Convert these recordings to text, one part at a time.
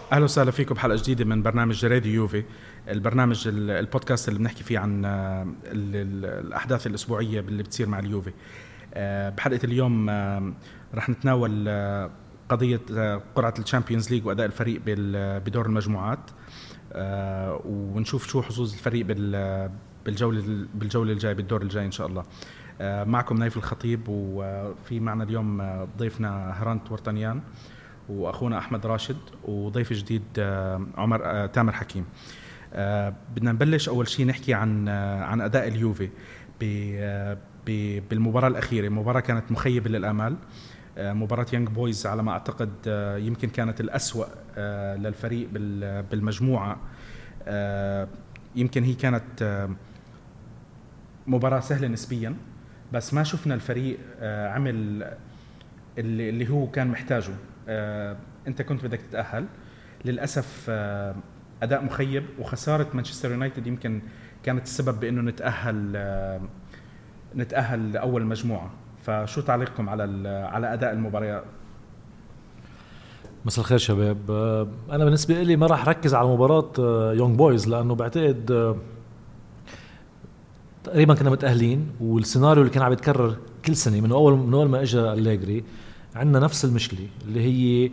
أهلا وسهلا فيكم بحلقة جديدة من برنامج راديو يوفي، البرنامج البودكاست اللي بنحكي فيه عن الأحداث الأسبوعية اللي بتصير مع اليوفي. بحلقة اليوم رح نتناول قضية قرعة الشامبيونز ليج وأداء الفريق بدور المجموعات، ونشوف شو حظوظ الفريق بالجولة الجاية بالدور الجاي إن شاء الله. معكم نايف الخطيب، وفي معنا اليوم ضيفنا هرانت ورطانيان واخونا احمد راشد، وضيف جديد عمر تامر حكيم. بدنا نبلش اول شيء نحكي عن اداء اليوفي بالمباراه الاخيره. مباراه كانت مخيبه للامال، مباراه يانج بويز على ما اعتقد يمكن كانت الأسوأ للفريق بالمجموعه. يمكن هي كانت مباراه سهله نسبيا، بس ما شفنا الفريق عمل اللي هو كان محتاجه. انت كنت بدك تتأهل، للأسف أداء مخيب، وخسارة مانشستر يونايتد يمكن كانت السبب بأنه نتأهل لأول مجموعة. فشو تعليقكم على أداء المباراة؟ مساء الخير شباب. أنا بالنسبة لي ما راح ركز على مباراة يونج بويز، لأنه بعتقد تقريبا كنا متأهلين، والسيناريو اللي كان عم يتكرر كل سنة من أول ما إجا أليغري عندنا نفس المشكلة اللي هي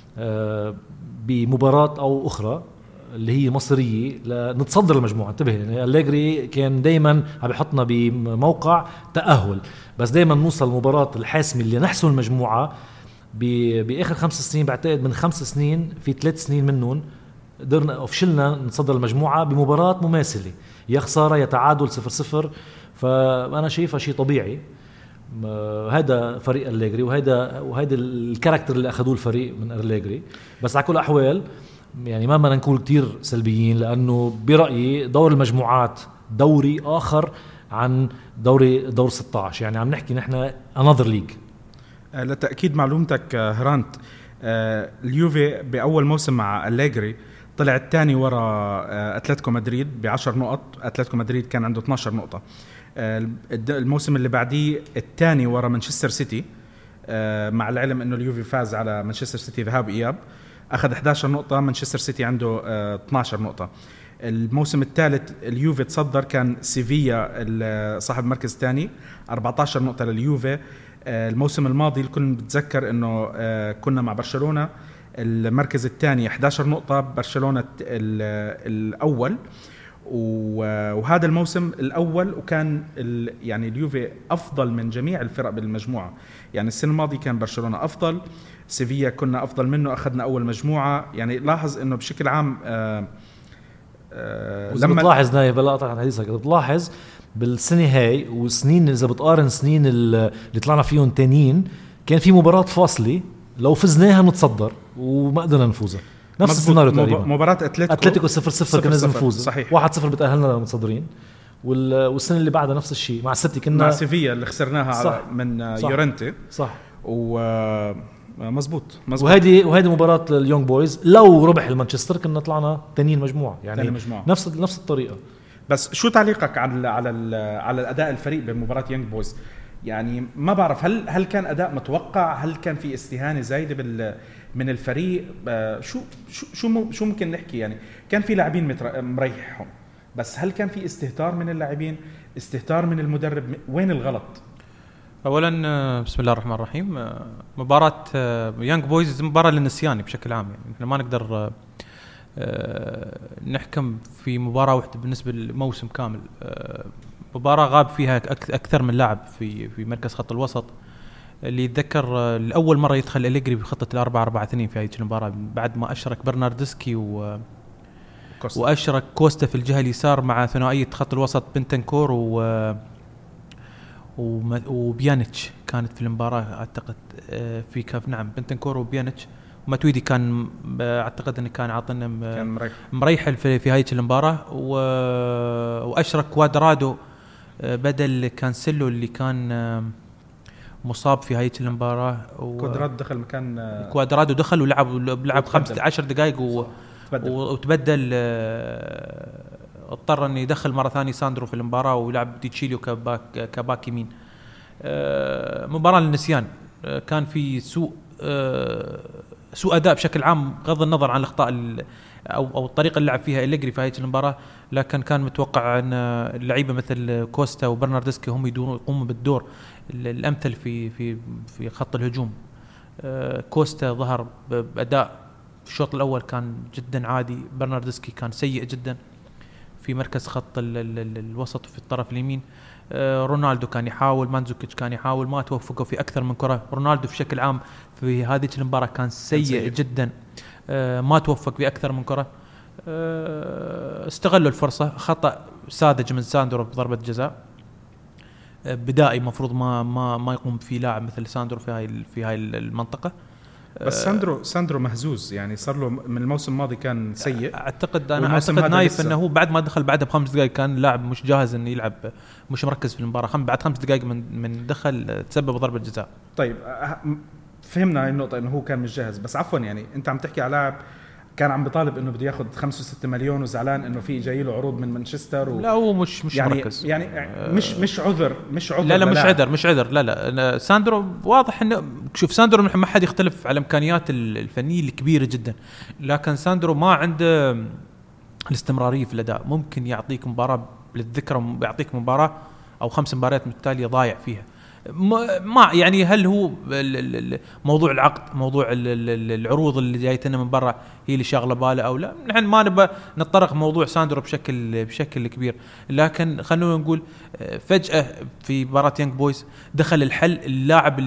بمباراة أو أخرى اللي هي مصيرية لنتصدر المجموعة. انتبه، يعني أليغري كان دايما عم يحطنا بموقع تأهل، بس دايما نوصل المباراة الحاسمة اللي نحسن المجموعة. بآخر 5 سنين بعتقد من 5 سنين في 3 سنين منهم قدرنا أو فشلنا نتصدر المجموعة بمباراة مماثلة، يا خسارة يا تعادل 0-0. فأنا شايفها شيء طبيعي. هذا فريق أليغري، وهذا الكاركتر اللي أخذوه الفريق من أليغري. بس على كل الأحوال يعني ما بدنا نكون كتير سلبيين، لأنه برأيي دور المجموعات دوري آخر عن دور 16. يعني عم نحكي نحن another league. لتأكيد معلومتك هرانت، اليوفي بأول موسم مع أليغري طلع الثاني ورا أتلتيكو مدريد ب10 نقط. أتلتيكو مدريد كان عنده 12 نقطة. الموسم اللي بعديه الثاني ورا مانشستر سيتي، مع العلم انه اليوفي فاز على مانشستر سيتي ذهاب اياب، اخذ 11 نقطة. مانشستر سيتي عنده 12 نقطة. الموسم الثالث اليوفي تصدر، كان سيفيا صاحب المركز الثاني 14 نقطة لليوفي. الموسم الماضي الكل بتذكر انه كنا مع برشلونة المركز الثاني 11 نقطة، برشلونة الأول. وهذا الموسم الأول، وكان يعني اليوفي أفضل من جميع الفرق بالمجموعة. يعني السنة الماضية كان برشلونة أفضل، سيفيا كنا أفضل منه، أخذنا أول مجموعة. يعني لاحظ إنه بشكل عام لما تلاحظ نايف بلا قطع عن حديثك، بتلاحظ بالسنة هاي والسنين إذا بتقارن سنين اللي طلعنا فيهم تانيين، كان في مباراة فاصلة لو فزناها نتصدر وما قدرنا نفوزها. نفس السيناريو تقريبا. مباراة أتلتيكو 0-0 كنا لازم نفوز، صحيح. 1-0 بتأهلنا للمتصدرين. والسنة اللي بعدها نفس الشيء مع السيتي، كنا مع سيفيا اللي خسرناها من يورنتي. صح. مزبوط. وهذه مباراة اليونج بويز، لو ربح المانشستر كنا طلعنا تانيين مجموعة. يعني نفس الطريقة. بس شو تعليقك على الأداء الفريق بمباراة يونج بويز؟ يعني ما بعرف، هل كان أداء متوقع؟ هل كان في استهانة زايدة من الفريق؟ شو ممكن نحكي؟ يعني كان في لاعبين مريحهم، بس هل كان في استهتار من اللاعبين، استهتار من المدرب؟ وين الغلط؟ اولا بسم الله الرحمن الرحيم. مباراة يانج بويز مباراة للنسيان بشكل عام. يعني احنا ما نقدر نحكم في مباراة واحدة بالنسبة للموسم كامل. مباراة غاب فيها أكثر من لاعب في مركز خط الوسط. اللي يتذكر الأول مرة يدخل أليغري بخطة 4-4-2 في هذه المباراة، بعد ما أشرك برناردسكي وأشرك كوستا في الجهة اليسار مع ثنائية خط الوسط بنتنكور وبيانيتش. كانت في المباراة أعتقد في كاف، نعم، بنتنكور وبيانيتش. وماتويدي كان أعتقد أنه كان عاطنا مريح في هاي المباراة. وأشرك كوادرادو بدل كانسيلو اللي كان مصاب في هاي المباراة. كوادرادو دخل ولعب 15 دقائق وتبدل. اضطر أن يدخل مرة ثانية ساندرو في المباراة، ولعب ديتشيليو كباك يمين. مباراة للنسيان. كان في سوء سوء اداء بشكل عام بغض النظر عن الاخطاء او الطريقه اللي لعب فيها أليجري في هذه المباراه، لكن كان متوقع ان اللعيبه مثل كوستا وبرناردسكي هم يقوموا بالدور الامثل في خط الهجوم. كوستا ظهر باداء في الشوط الاول كان جدا عادي، برناردسكي كان سيء جدا في مركز خط الوسط في الطرف اليمين. رونالدو كان يحاول، مانزوكيتش كان يحاول، ما توفقوا في أكثر من كرة. رونالدو بشكل عام في هذه المباراة كان سيء جدا، ما توفق في أكثر من كرة. استغلوا الفرصة، خطأ ساذج من ساندرو بضربة جزاء بدائي، مفروض ما يقوم فيه لاعب مثل ساندرو في هاي المنطقة. بس ساندرو مهزوز، يعني صار له من الموسم الماضي كان سيء. اعتقد نايف انه هو بعد ما دخل بعدها ب5 دقائق كان لاعب مش جاهز انه يلعب، مش مركز في المباراه. بعد 5 دقائق من دخل تسبب ضربه جزاء. طيب فهمنا هاي النقطه انه هو كان مش جاهز، بس عفوا يعني انت عم تحكي على لاعب كان عم بيطالب انه بده ياخذ 5-6 مليون وزعلان انه في جاي له عروض من مانشستر لا هو مش يعني مركز، يعني مش عذر لا مش عذر لا ساندرو واضح انه شوف ساندرو ما حد يختلف على امكانيات الفنيه الكبيره جدا، لكن ساندرو ما عنده الاستمراريه في الاداء. ممكن يعطيك مباراه للذكرى، يعطيك مباراه او 5 مباريات متتاليه ضايع فيها. ما يعني هل هو موضوع العقد، موضوع العروض اللي جايتنا من برا هي اللي شاغله باله او لا؟ نحن ما نبى نتطرق موضوع ساندرو بشكل كبير، لكن خلونا نقول فجأة في مباراة يانج بويز دخل الحل، اللاعب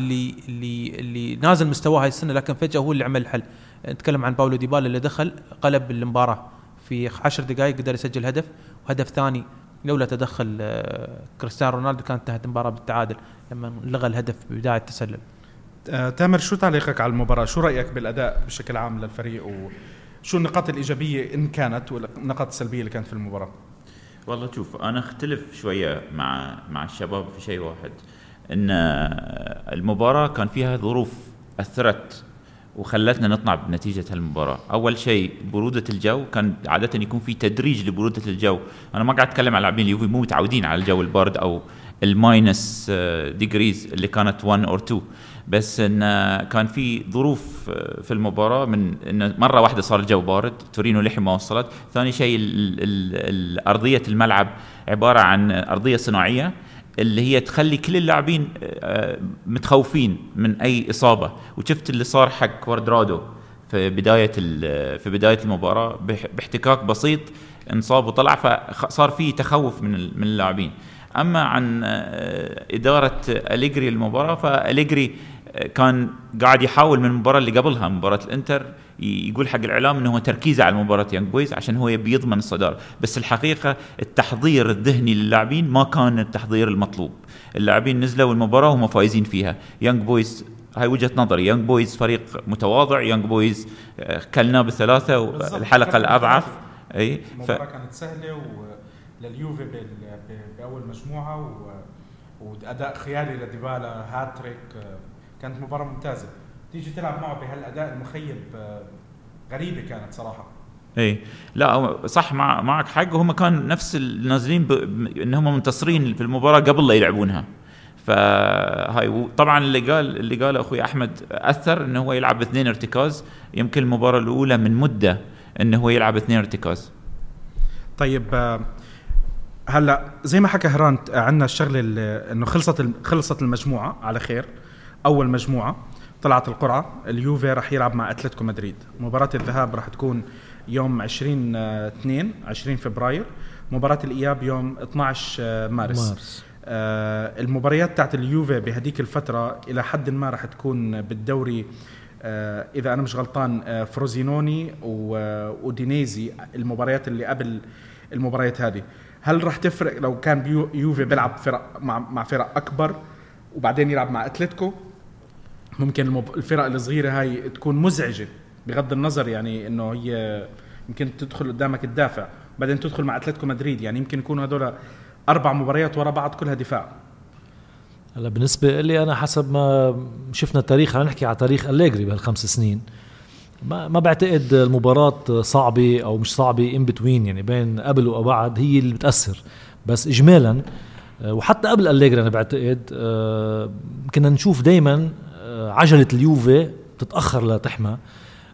اللي نازل مستواه هاي السنة، لكن فجأة هو اللي عمل الحل. نتكلم عن باولو ديبالا اللي دخل قلب المباراة في 10 دقائق، قدر يسجل هدف وهدف ثاني. لولا تدخل كريستيانو رونالدو كانت انتهت المباراة بالتعادل لما لغى الهدف ببداية التسلل. تامر، شو تعليقك على المباراة؟ شو رأيك بالأداء بشكل عام للفريق، وشو النقاط الإيجابية إن كانت والنقاط السلبية اللي كانت في المباراة؟ والله شوف، أنا اختلف شوية مع الشباب في شيء واحد، إن المباراة كان فيها ظروف أثرت وخلتنا نطلع بنتيجة هالمباراة. أول شيء برودة الجو، كان عادة يكون في تدريج لبرودة الجو. أنا ما قاعد أتكلم على لاعبين اليوفي مو متعودين على الجو البارد أو الماينس ديجريز اللي كانت 1 أو 2، بس إن كان في ظروف في المباراة، من إن مرة واحدة صار الجو بارد، تورينو لحم ما وصلت. ثاني شيء أرضية الملعب عبارة عن أرضية صناعية اللي هي تخلي كل اللاعبين متخوفين من أي إصابة. وشفت اللي صار حق كوادرادو في بداية المباراة، باحتكاك بسيط انصاب وطلع، فصار فيه تخوف من اللاعبين. أما عن إدارة أليجري المباراة، فأليجري كان قاعد يحاول من المباراة اللي قبلها، مباراة الانتر، يقول حق الإعلام أنه هو تركيزه على مباراة يانج بويز عشان هو يبي يضمن الصدارة، بس الحقيقة التحضير الذهني للاعبين ما كان التحضير المطلوب. اللاعبين نزلوا المباراة وهم فايزين فيها. يانج بويز، هاي وجهة نظري، يانج بويز فريق متواضع. يانج بويز كلنا بالثلاثة والحلقة الأضعف. أي المباراة كانت سهلة لليوفي بأول مجموعة، وأداء خيالي لديبالا، هاتريك، كانت مباراة ممتازة. تيجي تلعب معه بهالأداء المخيب، غريبة كانت صراحة. اي لا صح، معك حق. وهم كان نفس النازلين انهم منتصرين في المباراة قبل لا يلعبونها. فهاي طبعا اللي قال اخوي احمد اثر انه هو يلعب 2 ارتكاز. يمكن المباراة الاولى من مدة انه هو يلعب 2 ارتكاز. طيب هلا زي ما حكى هرانت، عندنا الشغله انه خلصت المجموعه على خير. اول مجموعه طلعت القرعه، اليوفي راح يلعب مع اتلتيكو مدريد. مباراه الذهاب راح تكون يوم 20 فبراير، مباراه الاياب يوم 12 مارس. المباريات تاعت اليوفي بهديك الفتره الى حد ما راح تكون بالدوري، اذا انا مش غلطان فروزينوني ودينيزي، المباريات اللي قبل المباريات هذه. هل راح تفرق لو كان يوفي بيلعب فرق مع فرق اكبر وبعدين يلعب مع اتلتيكو؟ ممكن الفرق الصغيره هاي تكون مزعجه بغض النظر، يعني انه هي يمكن تدخل قدامك تدافع بعدين تدخل مع اتلتيكو مدريد، يعني يمكن يكونوا هذول 4 مباريات ورا بعض كلها دفاع. هلا بالنسبه لي انا حسب ما شفنا التاريخ، نحكي على تاريخ أليجري بهال5 سنين، ما بعتقد المباراة صعبة أو مش صعبة in between، يعني بين قبل وبعد هي اللي بتأثر. بس إجمالا وحتى قبل أليجري أنا بعتقد كنا نشوف دايما عجلة اليوفي تتأخر لتحمى.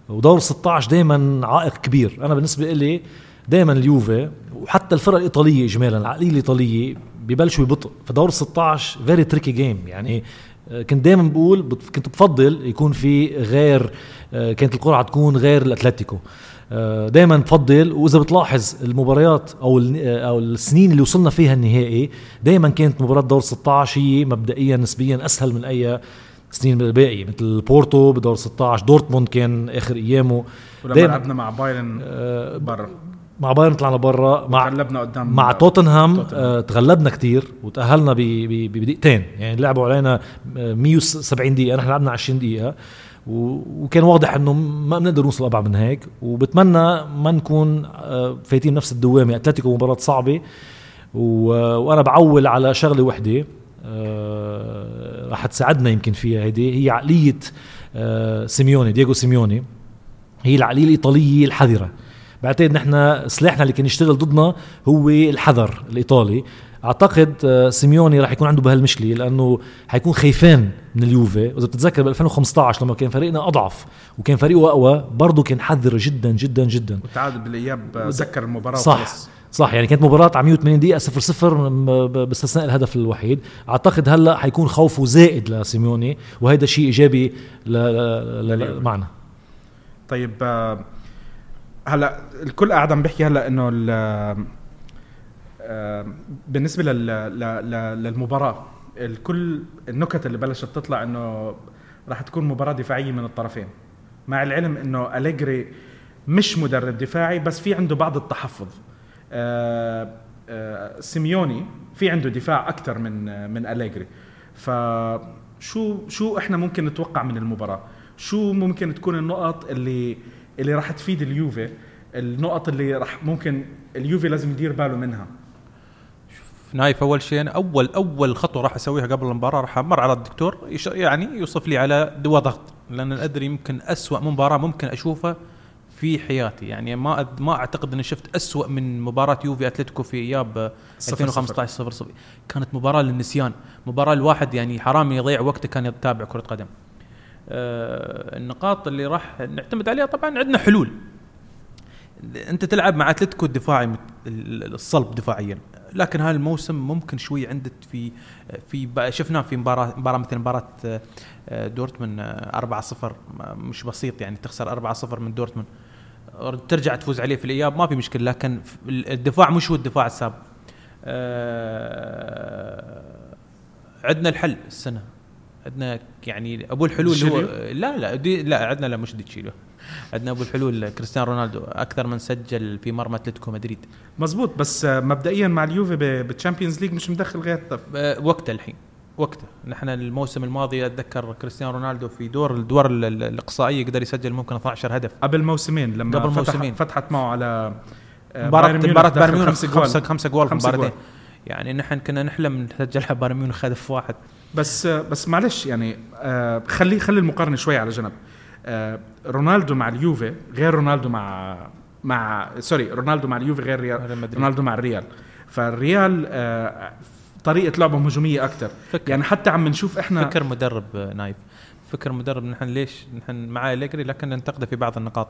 ودور 16 دائما عائق كبير. انا بالنسبه لي دائما اليوفي وحتى الفرق الايطاليه اجمالا العقليه الايطاليه ببلشوا يبطئ في دور 16 فيري تريكي جيم. يعني كنت دائما بقول كنت بفضل يكون في غير كانت القرعه تكون غير الاتلتيكو دائما بفضل. واذا بتلاحظ المباريات او السنين اللي وصلنا فيها النهائي دائما كانت مباراه دور 16 هي مبدئيا نسبيا اسهل من اي سنين الباقي، مثل بورتو بدور 16، دورتموند كان اخر ايامه. ولما لعبنا مع بايرن برا، مع بايرن طلعنا برا، تغلبنا قدام مع توتنهام تغلبنا كتير وتأهلنا بدقيقتين. يعني لعبوا علينا 170 دقيقة، نحن لعبنا 20 دقيقة وكان واضح انه ما بنقدر نوصل ابعد من هيك. وبتمنى ما نكون فايتين نفس الدوامة. اتلتيكو مباراة صعبة وانا بعول على شغلة وحدة راح تساعدنا يمكن فيها، هي عقلية سيميوني، دييغو سيميوني. هي العقلية الإيطالية الحذرة. بعتقد نحن سلاحنا اللي كان يشتغل ضدنا هو الحذر الإيطالي. أعتقد سيميوني راح يكون عنده بهالمشكلة لأنه حيكون خايفان من اليوفي. وإذا بتتذكر ب 2015 لما كان فريقنا أضعف وكان فريقه أقوى برضو كان حذر جدا جدا جدا. وتعادل بالإياب ذكر المباراة صح يعني كانت مباراة على 180 دقيقة 0-0 باستثناء الهدف الوحيد. أعتقد هلأ حيكون خوفه زائد لسيميوني وهذا شيء إيجابي معنا. طيب هلا الكل قاعد عم بيحكي هلا انه بالنسبه للمباراه الكل النكت اللي بلشت تطلع انه راح تكون مباراه دفاعيه من الطرفين، مع العلم انه أليجري مش مدرب دفاعي بس في عنده بعض التحفظ. سيميوني في عنده دفاع اكثر من أليجري. فشو احنا ممكن نتوقع من المباراه؟ شو ممكن تكون النقط اللي راح تفيد اليوفي، النقط اللي راح ممكن اليوفي لازم يدير باله منها؟ نايف اول شيء اول خطوه راح اسويها قبل المباراه راح امر على الدكتور يعني يوصف لي على دواء ضغط، لان ادري يمكن اسوأ مباراه ممكن اشوفها في حياتي. يعني ما اعتقد اني شفت أسوأ من مباراه يوفي اتلتيكو في اياب 2015 0-0. كانت مباراه للنسيان، مباراه الواحد يعني حرام يضيع وقته كان يتابع كره قدم. النقاط اللي راح نعتمد عليها طبعا عندنا حلول. انت تلعب مع اتلتيكو الدفاعي الصلب دفاعيا، لكن هذا الموسم ممكن شوي عندك في شفناه في مباراه مثل مباراه دورتموند 4-0 مش بسيط. يعني تخسر 4-0 من دورتموند ترجع تفوز عليه في الاياب ما في مشكله، لكن الدفاع مش هو الدفاع السابق. عندنا الحل السنه، عندنا يعني ابو الحلول هو لا عندنا لا مش ديتشيلو، عندنا ابو الحلول كريستيانو رونالدو اكثر من سجل في مرمى اتلتيكو مدريد. مزبوط، بس مبدئيا مع اليوفي بالتشامبيونز ليج مش مدخل غير وقته الحين وقته. نحن الموسم الماضي اتذكر كريستيانو رونالدو في الدور الاقصائيه قدر يسجل ممكن 12 هدف قبل موسمين لما فتحت معه على مباراة بايرن ميونخ 5 جوال في مباراتين. يعني نحن كنا نحلم نسجل بايرن ميونخ هدف واحد بس معلش يعني خلي المقارنه شوي على جنب. رونالدو مع اليوفي غير رونالدو مع رونالدو مع اليوفي غير رونالدو مع الريال. فالريال طريقه لعبهم هجوميه اكثر. يعني حتى عم نشوف احنا فكر مدرب نايف، فكر مدرب. نحن ليش نحن مع أليجري لكن ننتقد في بعض النقاط.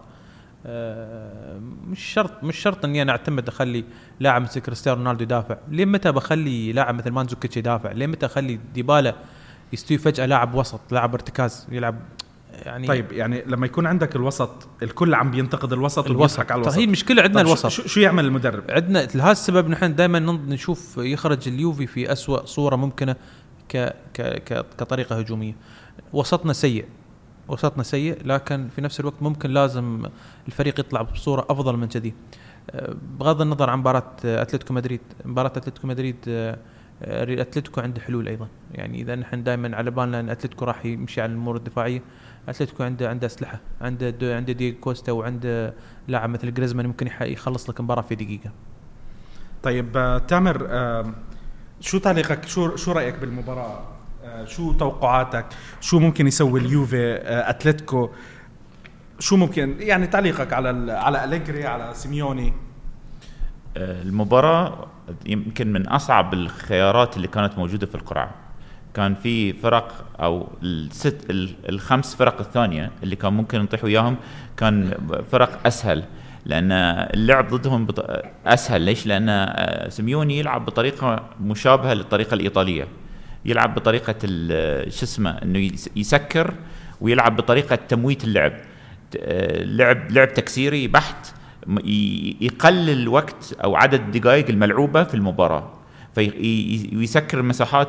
مش شرط اني انا اعتمد اخلي لاعب مثل كريستيانو رونالدو يدافع. ليه متى بخلي لاعب مثل مانزوكيتش يدافع؟ ليه متى اخلي ديبالا يستوي فجأة لاعب وسط، لاعب ارتكاز يلعب؟ يعني طيب يعني لما يكون عندك الوسط الكل عم بينتقد الوسط وبيضحك على الوسط، هي المشكله عندنا الوسط. شو يعمل المدرب؟ عندنا لهذا السبب نحن دائما نشوف يخرج اليوفي في أسوأ صوره ممكنه كطريقه هجوميه. وسطنا سيء، لكن في نفس الوقت ممكن لازم الفريق يطلع بصوره افضل من كذي. بغض النظر عن مباراه اتلتيكو مدريد اتلتيكو عنده حلول ايضا. يعني اذا نحن دائما على بالنا ان اتلتيكو راح يمشي على الامور الدفاعيه، اتلتيكو عنده اسلحه، عنده دييغو كوستا وعنده لاعب مثل جريزمان ممكن يخلص لك مباراه في دقيقه. طيب تامر، شو تعليقك؟ شو رايك بالمباراه؟ شو توقعاتك؟ شو ممكن يسوي اليوفي اتلتيكو؟ شو ممكن يعني تعليقك على أليجري على سيميوني؟ المباراة يمكن من أصعب الخيارات اللي كانت موجودة في القرعة. كان في فرق او الخمس فرق الثانيه اللي كان ممكن نطيح وياهم كان فرق اسهل، لان اللعب ضدهم اسهل. ليش؟ لان سيميوني يلعب بطريقه مشابهه للطريقه الايطاليه، يلعب بطريقه شو اسمه انه يسكر، ويلعب بطريقه تمويت اللعب، لعب تكسيري بحت، يقلل الوقت او عدد الدقائق الملعوبه في المباراه، ويسكر المساحات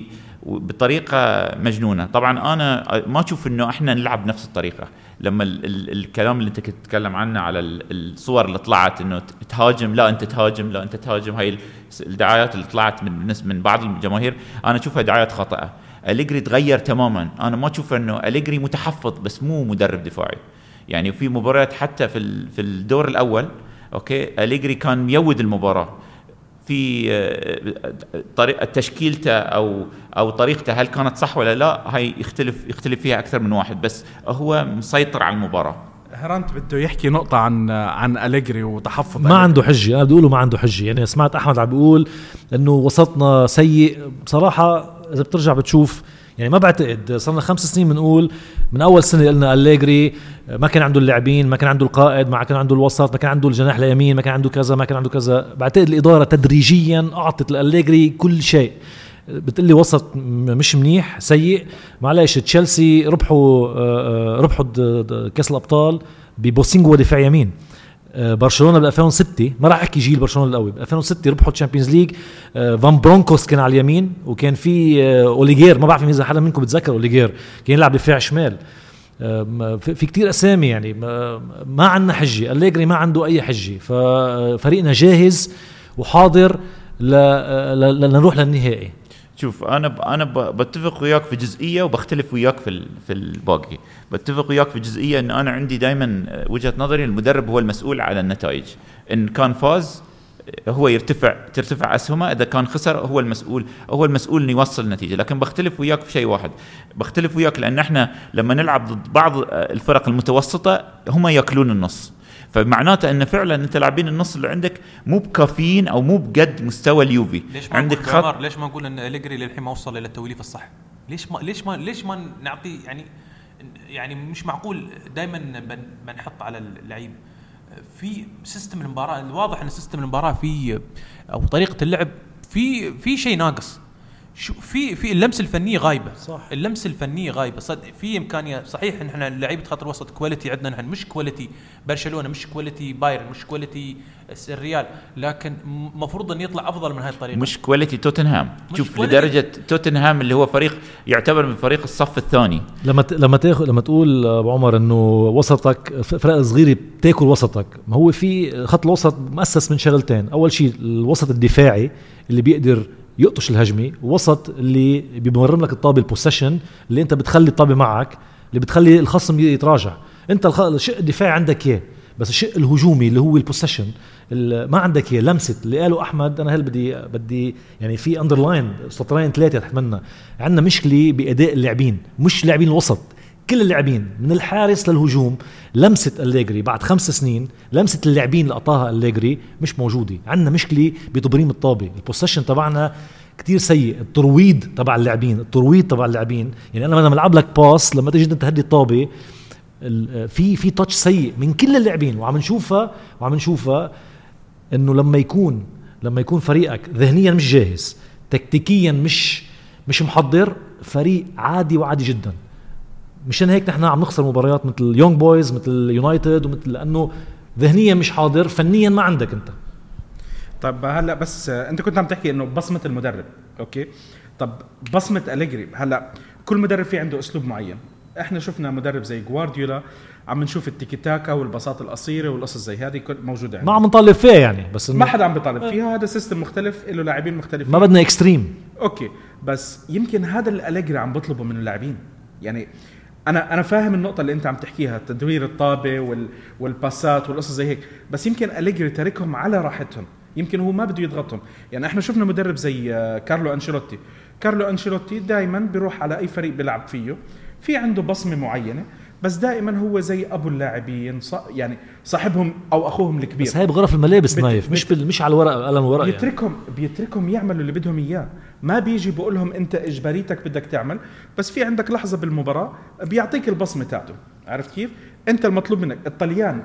بطريقه مجنونه. طبعا انا ما اشوف انه احنا نلعب نفس الطريقه. لما الكلام اللي انت كنت تتكلم عنه على الصور اللي طلعت انه تهاجم، لا انت تهاجم، لا انت تهاجم، هاي الدعايات اللي طلعت من بعض الجماهير انا اشوفها دعايات خاطئه. أليجري تغير تماما. انا ما اشوف انه أليجري متحفظ، بس مو مدرب دفاعي. يعني في مباريات حتى في الدور الاول اوكي أليجري كان ميود المباراه في طريقه تشكيلته او طريقته، هل كانت صح ولا لا، هاي يختلف فيها اكثر من واحد، بس هو مسيطر على المباراه. هرانت بده يحكي نقطه عن أليجري وتحفظ. ما عنده حجه، انا بيقولوا ما عنده حجه. يعني سمعت احمد عم بيقول انه وسطنا سيء. بصراحه اذا بترجع بتشوف، يعني ما بعتقد. صرنا 5 سنين بنقول، من اول سنه قلنا أليجري ما كان عنده اللاعبين، ما كان عنده القائد، ما كان عنده الوسط، ما كان عنده الجناح اليمين، ما كان عنده كذا، ما كان عنده كذا. بعتقد الاداره تدريجيا اعطت لأليجري كل شيء. بتقلي وسط مش منيح، سيء، معلش. تشيلسي ربحوا كاس الابطال ببوسينغو دفاع يمين. برشلونه بال 2006 ما راح احكي جيل برشلونه القوي، ب 2006 ربحوا الشامبيونز ليج. فان برونكوس كان على اليمين، وكان في اوليغير، ما بعرف اذا حدا منكم بتذكر اوليغير، كان يلعب دفاع شمال. في كتير اسامي. يعني ما عندنا حجه. أليجري ما عنده اي حجه. ففريقنا جاهز وحاضر لنروح للنهائي. شوف انا بتفق وياك في جزئيه وبختلف وياك في الباقي. بتفق وياك في جزئيه ان انا عندي دائما وجهه نظري المدرب هو المسؤول على النتائج. ان كان فاز هو ترتفع اسهمه، اذا كان خسر هو المسؤول انه يوصل النتيجه. لكن بختلف وياك في شيء واحد، بختلف وياك لان احنا لما نلعب ضد بعض الفرق المتوسطه هم ياكلون النص، فمعناته ان فعلا انت لاعبين النص اللي عندك مو بكافيين او مو بقد مستوى اليوفي. عندك خط. ليش ما نقول ان أليجري للحين ما وصل الى التوليفه الصح؟ ليش ما نعطي يعني مش معقول دائما بنحط على اللعيب في سيستم المباراه. الواضح ان سيستم المباراه في او طريقه اللعب في شيء ناقص. في اللمسه الفنيه غايبه. صح. اللمسه الفنيه غايبه. في امكانيه صحيح ان احنا لعيبه خط الوسط كواليتي عندنا، نحن مش كواليتي برشلونه، مش كواليتي بايرن، مش كواليتي الريال، لكن مفروض ان يطلع افضل من هاي الطريقه. مش كواليتي توتنهام. شوف لدرجه توتنهام اللي هو فريق يعتبر من فريق الصف الثاني. لما تقول ابو عمر انه وسطك فرق صغيره بتاكل وسطك، ما هو في خط الوسط مؤسس من شغلتين. اول شيء الوسط الدفاعي اللي بيقدر يقطش الهجمه، وسط اللي بيمرم لك الطابه البوسيشن، اللي انت بتخلي الطابه معك، اللي بتخلي الخصم يتراجع. انت الشق الدفاعي عندك اياه، بس الشق الهجومي اللي هو البوسيشن ما عندك اياه. لمسه اللي قاله احمد، انا بدي يعني في اندرلاين سطرين 3 اتمنى. عندنا مشكله باداء اللاعبين، مش لاعبين الوسط، كل اللاعبين من الحارس للهجوم. لمسه أليجري بعد 5 سنين، لمسه اللاعبين اللي قطاها أليجري مش موجوده. عندنا مشكله بتبريم الطابه، البوسيشن تبعنا كتير سيء. الترويض تبع اللاعبين، يعني انا لما العب لك باس، لما تيجي انت تهدي الطابه، في تاتش سيء من كل اللاعبين. وعم نشوفها انه لما يكون فريقك ذهنيا مش جاهز، تكتيكيا مش محضر، فريق عادي وعادي جدا. مشان هيك نحن عم نخسر مباريات مثل يونغ بويز، مثل يونايتد، ومثل لانه ذهنيا مش حاضر، فنيا ما عندك انت. طب هلا بس انت كنت عم تحكي انه بصمه المدرب، اوكي. طب بصمه أليجري، هلا كل مدرب فيه عنده اسلوب معين. احنا شفنا مدرب زي غوارديولا عم نشوف التيكي تاكا والبساطه القصيره والقصص زي هذه موجوده ما عم نطالب فيها يعني، بس ما حدا عم بيطالب فيها. هذا سيستم مختلف، له لاعبين مختلفين، ما بدنا اكستريم. اوكي، بس يمكن هذا اللي أليجري عم بطلبه من اللاعبين. يعني انا فاهم النقطه اللي انت عم تحكيها، تدوير الطابه والباسات والقصص زي هيك، بس يمكن أليجري تاركهم على راحتهم. يمكن هو ما بده يضغطهم. يعني احنا شفنا مدرب زي كارلو أنشيلوتي دائما بيروح على اي فريق بيلعب فيه، في عنده بصمه معينه، بس دائما هو زي ابو اللاعبين، يعني صاحبهم او اخوهم الكبير. بس هاي بغرف الملابس نايف، مش على الورق قلم ورق. بيتركهم يعملوا اللي بدهم اياه، ما بيجي بقول لهم انت اجباريتك بدك تعمل، بس في عندك لحظه بالمباراه بيعطيك البصمه تاعته. عرفت كيف؟ انت المطلوب منك. الطليان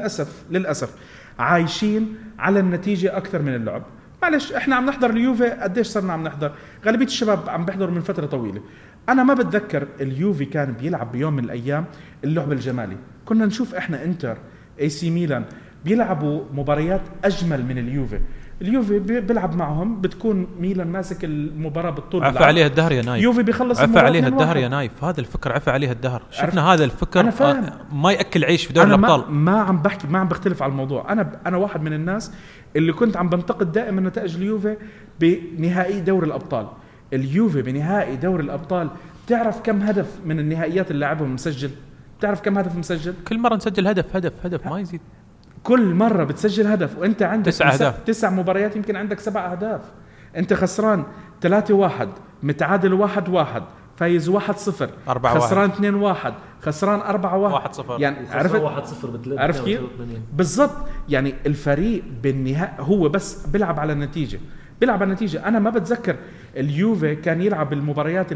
للاسف عايشين على النتيجه اكثر من اللعب. معلش احنا عم نحضر اليوفي، قديش صرنا عم نحضر؟ غالبيه الشباب عم بيحضروا من فتره طويله. انا ما بتذكر اليوفي كان بيلعب بيوم من الايام اللعب الجمالي. كنا نشوف احنا انتر، اي سي ميلان بيلعبوا مباريات اجمل من اليوفي. اليوفي بيلعب معهم بتكون ميلان ماسك المباراه بالطول، عفى عليها الدهر يا نايف. يوفي بيخلص عفى عليها الدهر يا نايف. هذا الفكر عفى عليها الدهر. شفنا هذا الفكر ما ياكل عيش في دوري الابطال. ما عم بحكي، ما عم بختلف على الموضوع. انا واحد من الناس اللي كنت عم بنتقد دائما نتائج اليوفي بنهائي دوري الابطال. اليوفي بنهائي دوري الابطال تعرف كم هدف من النهائيات اللي لعبهم مسجل؟ تعرف كم هدف مسجل؟ كل مره نسجل هدف ما يزيد. كل مرة بتسجل هدف، وانت عندك 9 مباريات يمكن عندك 7 أهداف. انت خسران 3-1، متعادل 1-1، فايز 1-0، خسران 2-1، خسران 4-1، يعني عرفت 1-0 عرفت كيف بالضبط؟ يعني الفريق بالنهاية هو بس بيلعب على النتيجة، أنا ما بتذكر اليوفي كان يلعب المباريات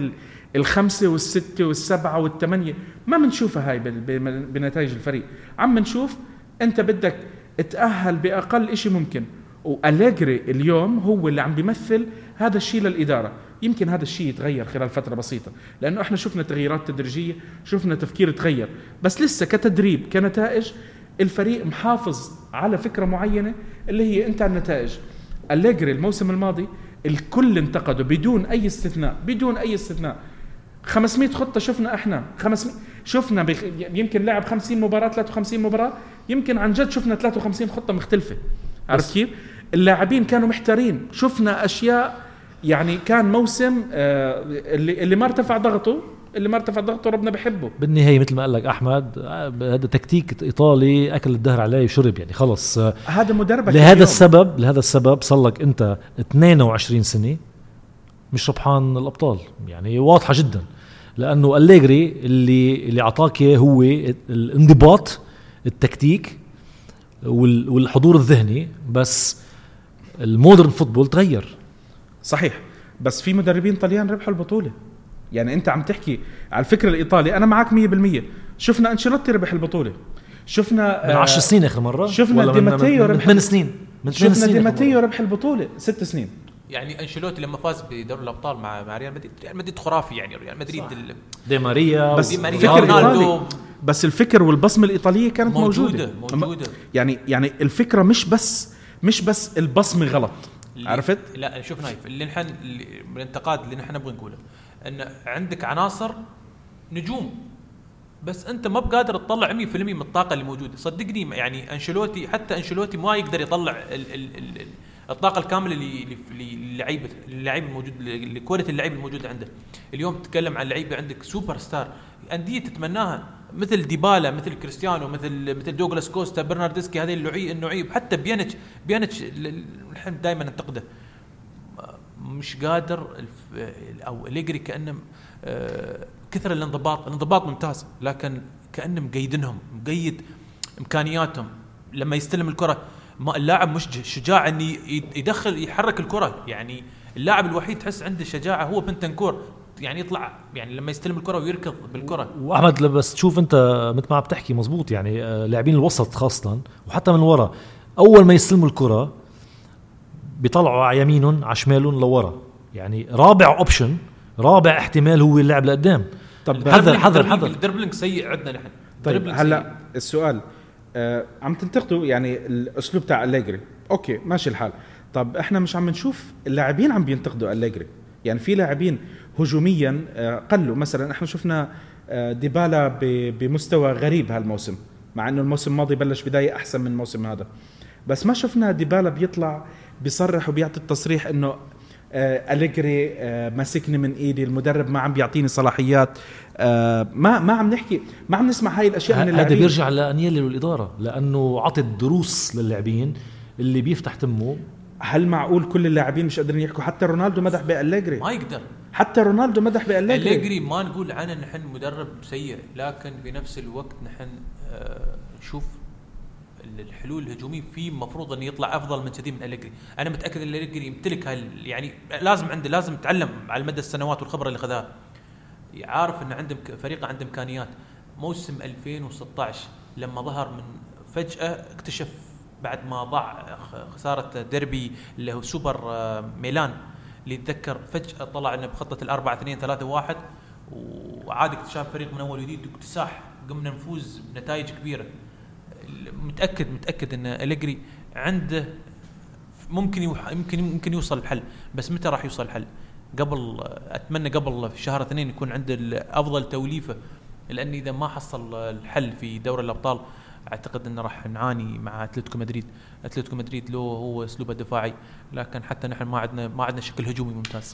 5 و6 و7 و8، ما بنشوفها هاي بنتائج الفريق. عم نشوف انت بدك تأهل بأقل إشي ممكن. وأليجري اليوم هو اللي عم بيمثل هذا الشيء للإدارة. يمكن هذا الشيء يتغير خلال فترة بسيطة، لأنه احنا شفنا تغييرات تدريجية، شفنا تفكير تغير، بس لسه كتدريب كنتائج الفريق محافظ على فكرة معينة اللي هي انت النتائج. أليجري الموسم الماضي الكل انتقده بدون أي استثناء. 500 خطة شفنا احنا، 500 شفنا يمكن لعب 50 مباراة 53 مباراة، يمكن عن جد شفنا 53 خطة مختلفة. عرفت كيف؟ اللاعبين كانوا محتارين، شفنا أشياء يعني كان موسم اللي ما ارتفع ضغطه ربنا بحبه. بالنهاية مثل ما قال لك أحمد، هذا تكتيك إيطالي أكل الدهر عليه وشرب، يعني خلص هذا مدربك. لهذا السبب صلك أنت 22 سنة مش ربحان الأبطال، يعني واضحة جدا. لأنه أليجري اللي عطاك هو الانضباط، التكتيك والحضور الذهني، بس المودرن فوتبول تغير. صحيح، بس في مدربين طليان ربحوا البطولة. يعني أنت عم تحكي على الفكر الإيطالي، أنا معك 100%. شفنا أنشيلوتي ربح البطولة، شفنا من 10 سنين آخر مرة، شفنا دي ماتيو ربح 8 سنين، شفنا دي ماتيو ربح البطولة 6 سنين. يعني أنشيلوتي لما فاز بدوري الأبطال مع ريال مدريد خرافي، يعني ريال مدريد دي ماريا بس فكر بس الفكر والبصمة الإيطالية كانت موجودة. يعني الفكرة مش بس البصمة غلط. عرفت؟ لا شوف نايف، الانتقاد اللي نحن نبغى نقوله ان عندك عناصر نجوم، بس انت ما بقادر تطلع 100% من الطاقه اللي موجوده. صدقني يعني انشيلوتي ما يقدر يطلع الطاقه الكامله للعيبه الموجود، لكواليتي اللعيبه الموجوده عنده. اليوم تتكلم عن لعيبه عندك سوبر ستار، انديه تتمناها، مثل ديبالا، مثل كريستيانو، مثل دوغلاس كوستا، برناردسكي، هذه النوعيه. حتى بيانيتش الحين دائما ننتقده، مش قادر. او أليجري كأنه كثر الانضباط ممتاز، لكن كأنه مقيد امكانياتهم. لما يستلم الكرة اللاعب مش شجاع ان يدخل يحرك الكرة، يعني اللاعب الوحيد تحس عنده شجاعة هو بنتنكور، يعني يطلع يعني لما يستلم الكرة ويركض بالكرة. واحمد بس تشوف انت مثل ما عم تحكي مزبوط، يعني لاعبين الوسط خاصة وحتى من وراء، اول ما يستلموا الكرة بيطلعوا على يمينهم على شمالهم لورا، يعني رابع احتمال هو اللعب لقدام. طب حذر الدربلينج سيء عندنا نحن. طيب هلا السؤال، عم تنتقدوا يعني الاسلوب تاع أليجري، اوكي ماشي الحال. طب احنا مش عم نشوف اللاعبين عم بينتقدوا أليجري؟ يعني في لاعبين هجوميا قلوا، مثلا احنا شفنا ديبالا بمستوى غريب هالموسم، مع انه الموسم الماضي بلش بداية احسن من الموسم هذا، بس ما شفنا ديبالا بيطلع بيصرح وبيعطي التصريح انه أليجري ماسكني من ايدي، المدرب ما عم بيعطيني صلاحيات. ما عم نحكي، ما عم نسمع هاي الاشياء من اللاعبين. هذا بيرجع لأنيلي والإدارة، لأنه عطت دروس للاعبين اللي بيفتح تمه. هل معقول كل اللاعبين مش قادرين يحكوا؟ حتى رونالدو مدح بأليجري، ما يقدر. حتى رونالدو مدح بأليجري. ما نقول عنه نحن مدرب سيء، لكن بنفس الوقت نحن نشوف الحلول الهجوميه في مفروض انه يطلع افضل من كذي من أليجري. انا متاكد ان أليجري يمتلك يعني لازم يتعلم على مدى السنوات والخبره اللي خذاها، يعرف ان عنده فريق عنده امكانيات. موسم 2016 لما ظهر من فجاه اكتشف بعد ما ضاع خساره ديربي اللي هو سوبر ميلان اللي يتذكر، فجاه طلع انه بخطه 4-2-3-1 وعاد اكتشاف فريق من اول وجديد واكتساح، قمنا نفوز بنتائج كبيره. متاكد ان أليجري عنده ممكن يوصل الحل، بس متى راح يوصل الحل؟ اتمنى قبل في شهر 2 يكون عنده افضل توليفه، لان اذا ما حصل الحل في دوري الابطال اعتقد انه راح نعاني مع اتلتيكو مدريد. له هو اسلوبه دفاعي، لكن حتى نحن ما عندنا شكل هجومي ممتاز.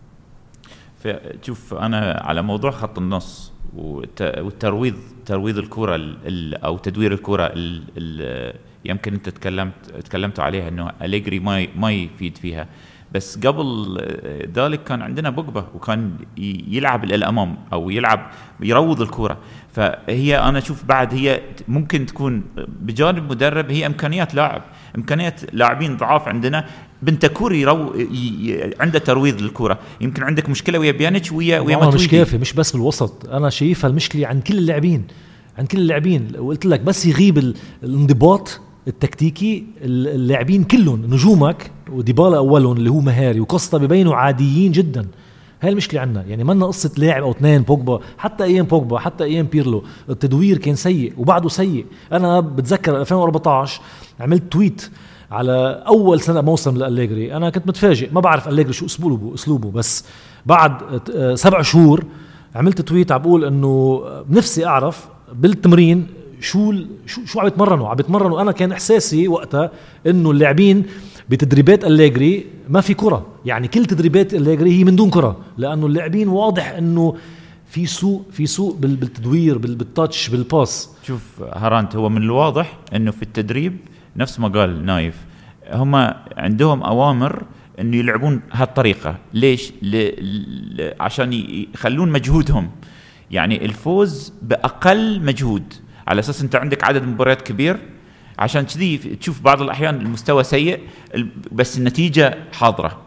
شوف انا على موضوع خط النص ترويض الكرة او تدوير الكرة يمكن انت تكلمت عليها انه أليجري ما يفيد فيها، بس قبل ذلك كان عندنا بوجبا وكان يلعب الامام او يروض الكرة. فهي انا اشوف بعد هي ممكن تكون بجانب مدرب، هي امكانيات لاعبين ضعاف عندنا. بنتكور عنده ترويض للكرة، يمكن عندك مشكله ويا بيانيتش ويا مش كافي، مش بس بالوسط. انا شايفها المشكله عند كل اللاعبين وقلت لك بس يغيب الانضباط التكتيكي. اللاعبين كلهم نجومك وديبالا اولهم اللي هو مهاري وكوستا ببينوا عاديين جدا. هاي المشكله عندنا، يعني ما لنا قصه لاعب او اثنين بوجبا، حتى ايام بيرلو التدوير كان سيء وبعده سيء. انا بتذكر 2014 عملت تويت على اول سنه موسم لأليجري، انا كنت متفاجئ، ما بعرف أليجري شو اسلوبه، بس بعد 7 شهور عملت تويت عم بقول انه نفسي اعرف بالتمرين شو عم يتمرنوا. انا كان احساسي وقتها انه اللاعبين بتدريبات أليجري ما في كرة، يعني كل تدريبات أليجري هي من دون كرة، لانه اللاعبين واضح انه في سوء بالتدوير بالتاتش بالباس. شوف هرانت، هو من الواضح انه في التدريب نفس ما قال نايف، هم عندهم اوامر انه يلعبون هالطريقه. ليش؟ عشان يخلون مجهودهم، يعني الفوز باقل مجهود، على اساس انت عندك عدد مباريات كبير، عشان كذي تشوف بعض الاحيان المستوى سيء بس النتيجه حاضره.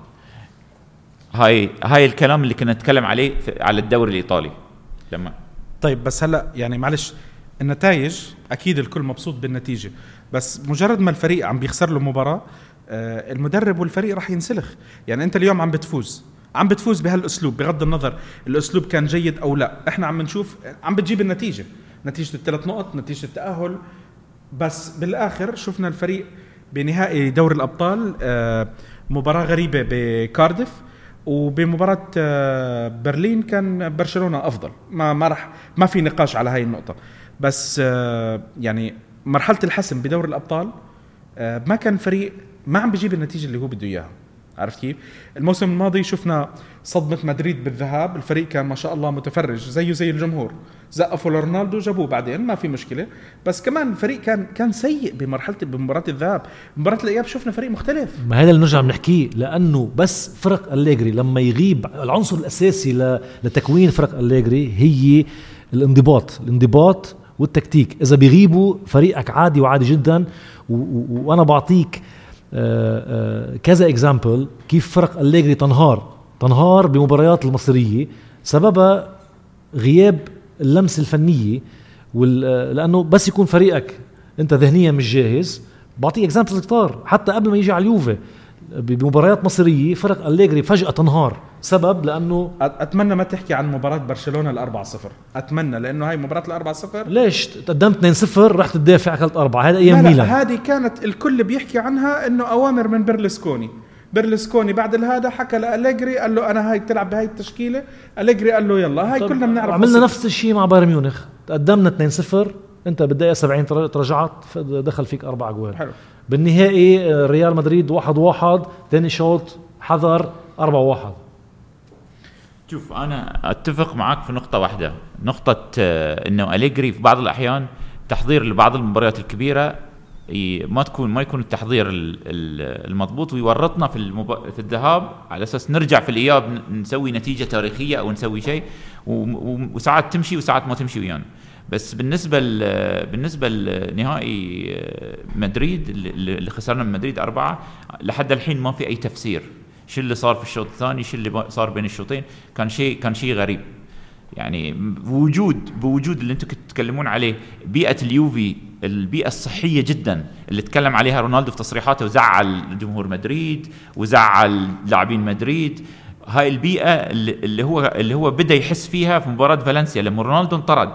هاي الكلام اللي كنا نتكلم عليه على الدوري الايطالي لما. طيب بس هلا يعني معلش، النتائج اكيد الكل مبسوط بالنتيجه، بس مجرد ما الفريق عم بيخسر له مباراه المدرب والفريق راح ينسلخ. يعني انت اليوم عم بتفوز بهالاسلوب، بغض النظر الاسلوب كان جيد او لا، احنا عم نشوف عم بتجيب نتيجه ال3 نقط، نتيجه التاهل. بس بالاخر شفنا الفريق بنهائي دوري الابطال مباراه غريبه بكارديف، وبمباراه برلين كان برشلونه افضل. ما في نقاش على هاي النقطه. بس يعني مرحله الحسم بدوري الابطال ما كان فريق ما عم بيجيب النتيجه اللي هو بده اياها. عرفت كيف؟ الموسم الماضي شفنا صدمه مدريد بالذهاب، الفريق كان ما شاء الله متفرج زي الجمهور، زقفوا لرونالدو جابوه بعدين ما في مشكله، بس كمان الفريق كان سيء بمباراه الذهاب. مباراه الاياب شفنا فريق مختلف. ما هذا اللي نرجع بنحكيه، لانه بس فرق أليجري لما يغيب العنصر الاساسي لتكوين فرق أليجري هي الانضباط والتكتيك. اذا بيغيبوا فريقك عادي جدا. وانا بعطيك كذا اكزامبل كيف فرق أليجري تنهار بمباريات المصرية سببها غياب اللمسة الفنية. لأنه بس يكون فريقك أنت ذهنيا مش جاهز. بعطيك اكزامبل كتار حتى قبل ما يجي على اليوفي بمباريات مصرية فرق أليجري فجأة تنهار سبب لأنه. أتمنى ما تحكي عن مباراة برشلونة 4-0، أتمنى، لأنه هاي مباراة 4-0 ليش تقدمت 2-0 رحت تدافع أكلت 4. هذا أيام ميلان. هذه كانت الكل بيحكي عنها إنه أوامر من بيرلسكوني بعد هذا حكى لأليجري قال له أنا هاي تلعب بهاي التشكيلة. أليجري قال له يلا. هاي كلنا بنعرف. عملنا نفس الشيء مع بايرن ميونخ، تقدمنا 2-0 أنت بالدقيقة 70 ترجعت دخل فيك 4 أجوال. حلو. بالنهائي ريال مدريد 1-1 ثاني شوط حذر 4-1. شوف أنا أتفق معك في نقطة واحدة، نقطة إنه أليجري في بعض الأحيان تحضير لبعض المباريات الكبيرة ما يكون التحضير المضبوط ويورطنا في الذهاب على اساس نرجع في الاياب نسوي نتيجه تاريخيه او نسوي شيء وساعات تمشي وساعات ما تمشي ويانا. بس بالنسبه لنهائي مدريد اللي خسرنا من مدريد 4 لحد الحين ما في اي تفسير شو اللي صار في الشوط الثاني، شو اللي صار بين الشوطين. كان شيء غريب يعني. بوجود اللي انتم كنتوا تتكلمون عليه بيئه اليوفي، البيئه الصحيه جدا اللي تكلم عليها رونالدو في تصريحاته وزعل جمهور مدريد وزعل لاعبين مدريد. هاي البيئه اللي هو بدا يحس فيها في مباراه فالنسيا لما رونالدو انطرد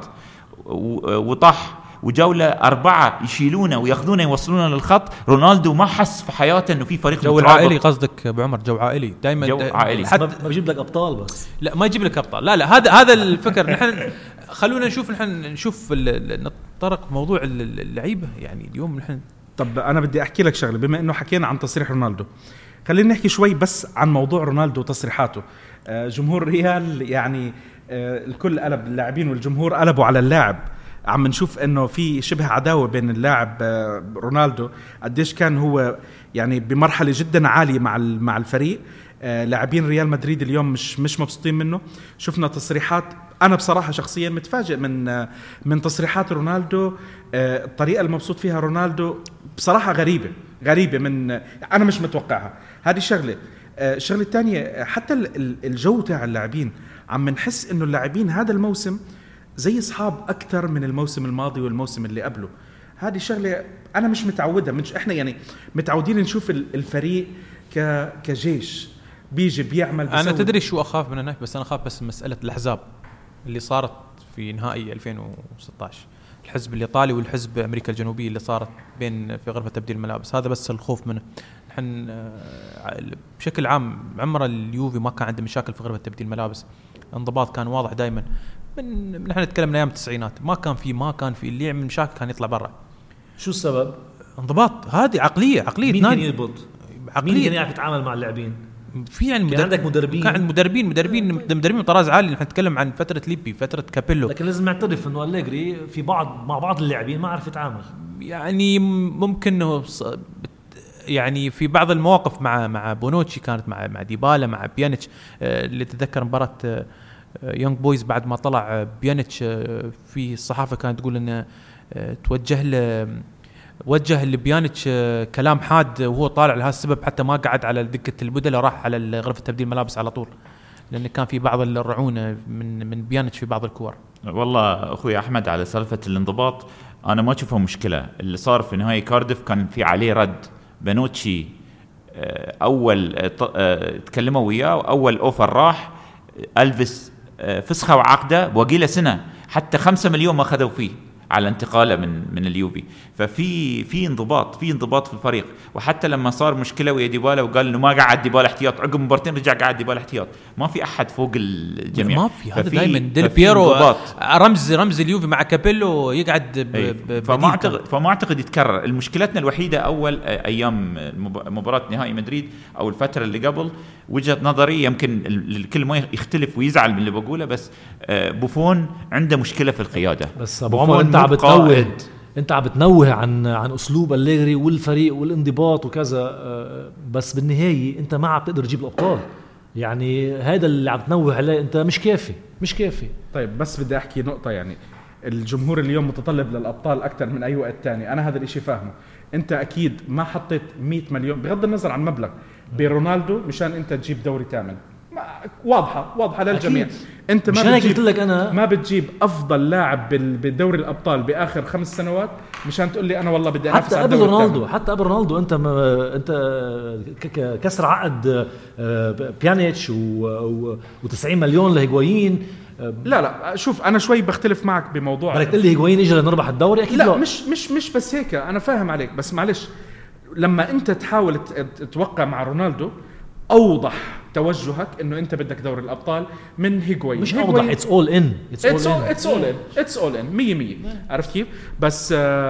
وطاح وجولة 4 يشيلونه وياخذونه يوصلونه للخط. رونالدو ما حس في حياته انه في فريق جو عائلي. قصدك ابو عمر جو عائلي دائما، جو عائلي. ما بيجيب لك ابطال بس، لا ما يجيب لك ابطال، لا هذا الفكر. نحن خلونا نشوف نتطرق موضوع اللعيبه يعني اليوم نحن. طب انا بدي احكي لك شغله، بما انه حكينا عن تصريح رونالدو خلينا نحكي شوي بس عن موضوع رونالدو وتصريحاته. جمهور ريال يعني الكل قلب، اللاعبين والجمهور قلبوا على اللاعب. عم نشوف انه في شبه عداوه بين اللاعب رونالدو، قديش كان هو يعني بمرحله جدا عاليه مع الفريق. لاعبين ريال مدريد اليوم مش مبسوطين منه. شفنا تصريحات، انا بصراحه شخصيا متفاجئ من تصريحات رونالدو. الطريقه المبسوط فيها رونالدو بصراحه غريبه من انا مش متوقعها. هذه شغله. الشغله الثانيه حتى الجو تاع اللاعبين، عم نحس انه اللاعبين هذا الموسم زي اصحاب اكثر من الموسم الماضي والموسم اللي قبله. هذه شغله انا مش متعوده، مش احنا يعني متعودين نشوف الفريق كجيش بيجي بيعمل انا تدري شو اخاف من هناك؟ بس انا اخاف بس مساله الاحزاب اللي صارت في نهائي 2016، الحزب الايطالي والحزب امريكا الجنوبيه اللي صارت في غرفه تبديل الملابس. هذا بس الخوف منه. نحن بشكل عام عمر اليوفي ما كان عنده مشاكل في غرفه تبديل الملابس، انضباط كان واضح دائما. نحن نتكلم من ايام التسعينات، ما كان في اللي يعمل مشاكل كان يطلع برا. شو السبب؟ انضباط. هذه عقليه مين كان يضبط؟ عقليه. مين كان يعرف يتعامل مع اللاعبين؟ في يعني عندك مدربين، كان مدربين طراز عالي. نحن نتكلم عن فتره ليبي، فتره كابيلو. لكن لازم نعترف انه أليجري مع بعض اللاعبين ما عرف يتعامل. يعني ممكن يعني في بعض المواقف مع بونوتشي كانت مع ديبالا مع بيانيتش. اللي تتذكر مباراة يونغ بويز بعد ما طلع بيانيتش في الصحافة كانت تقول انه وجه لبيانيتش كلام حاد وهو طالع لهذا السبب حتى ما قعد على دكة البدلة، راح على غرفة تبديل ملابس على طول، لأن كان في بعض الرعونة من بيانيتش في بعض الكور. والله أخوي أحمد على سالفة الانضباط أنا ما أشوفها مشكلة. اللي صار في نهاية كارديف كان في عليه رد. بنوتشي أول تكلموا وياه وأول أوفر راح ألفيس فسخة وعقده وقيله سنة، حتى 5 مليون ما خذوا فيه على انتقاله من اليوفي. ففي انضباط في الفريق. وحتى لما صار مشكله ويا ديبالا وقال انه ما قعد ديبالا احتياط، عقب مبارتين رجع قعد ديبالا احتياط. ما في احد فوق الجميع، ما في. هذا دائما ديل بيرو رمز اليوفي مع كابيلو يقعد فما اعتقد يتكرر. المشكلتنا الوحيده اول ايام مباراه نهائي مدريد او الفتره اللي قبل، وجهه نظري يمكن الكل ما يختلف ويزعل من اللي بقوله، بس بوفون عنده مشكله في القياده. بس ابو عمر انت عم بتنوه عن اسلوب أليجري والفريق والانضباط وكذا، بس بالنهايه انت ما عم تقدر تجيب الابطال. يعني هذا اللي عم تنوه عليه انت مش كافي. طيب بس بدي احكي نقطه، يعني الجمهور اليوم متطلب للابطال اكثر من اي وقت تاني. انا هذا الاشي فاهمه. انت اكيد ما حطيت 100 مليون بغض النظر عن مبلغ برونالدو مشان انت تجيب دوري ثامن. واضحه للجميع. انت ما بتجيب افضل لاعب بالدوري الابطال باخر 5 سنوات مشان تقول لي انا والله بدي انافس على الدوري الثامن. حتى قبل رونالدو انت كسر عقد بيانيتش و90 مليون لهيغوايين. لا شوف انا شوي بختلف معك بموضوع. بدك تقول لي هيغوايين اجى لنربح الدوري؟ اكيد لا. مش بس هيك. انا فاهم عليك، بس معلش لما انت تحاول تتوقع مع رونالدو اوضح توجهك انه انت بدك دوري الابطال من هيغوايين. مش اوضح، اتس اول ان 100%. عرفت كيف؟ بس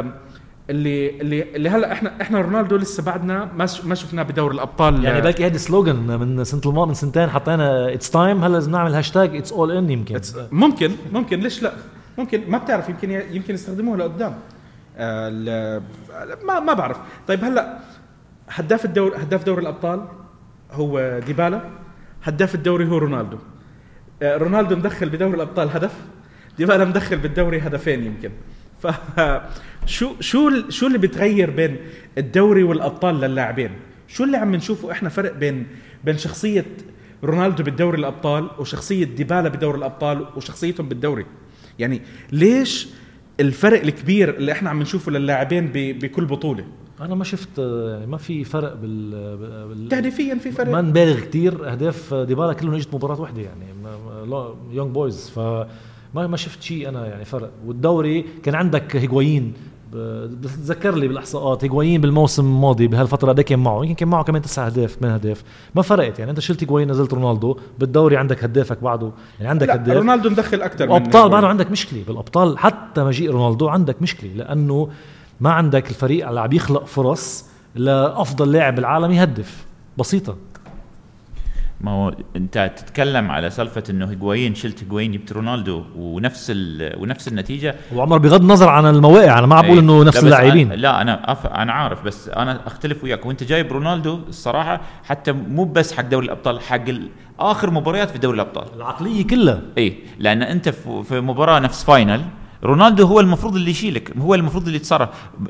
اللي هلا احنا رونالدو لسه بعدنا ما شفناه بدوري الابطال. يعني بلكي هذا سلوغان من سنتين حطينا اتس تايم، هلا لازم نعمل هاشتاج اتس اول ان. يمكن ممكن ليش لا، ممكن ما بتعرف، يمكن يستخدموه لقدام. ما بعرف. طيب هلا هداف دوري الابطال هو ديبالا، هداف الدوري هو رونالدو. رونالدو مدخل بدوري الابطال هدف، ديبالا مدخل بالدوري هدفين يمكن. شو اللي بتغير بين الدوري والابطال للاعبين؟ شو اللي عم نشوفه احنا فرق بين شخصيه رونالدو بالدوري الابطال وشخصيه ديبالا بدوري الابطال وشخصيتهم بالدوري؟ يعني ليش الفرق الكبير اللي احنا عم نشوفه للاعبين بكل بطوله؟ انا ما شفت يعني ما في فرق تهديفيا في فرق، ما نبالغ كتير. اهداف ديبالا كلهم اجت مباراه واحده يعني يونغ بويز، فما شفت شيء انا يعني فرق. والدوري كان عندك هيغوايين، بتذكر لي بالاحصاءات هيغوايين بالموسم الماضي بهالفتره ده كان معه يمكن كان معه كمان 9 اهداف من هدف، ما فرقت يعني. انت شلت هيغوايين نزلت رونالدو، بالدوري عندك هدافك بعده يعني عندك هداف. رونالدو مدخل اكثر من الابطال، بعده عندك مشكله بالابطال حتى مجيء رونالدو عندك مشكله، لانه ما عندك الفريق اللي عم يخلق فرص لافضل لاعب بالعالم يهدف. بسيطه. ما هو انت تتكلم على سالفه انه هيغوايين شلت هيغوايين جبت رونالدو ونفس النتيجه. وعمر بغض النظر عن المواقع انا ما بقول انه نفس اللاعبين، لا انا عارف، بس انا اختلف وياك. وانت جايب رونالدو الصراحه حتى مو بس حق دوري الابطال، حق اخر مباريات في دوري الابطال العقليه كلها. لان انت في مباراه نفس فاينل رونالدو هو المفروض اللي يشيلك، هو المفروض اللي يتصرف.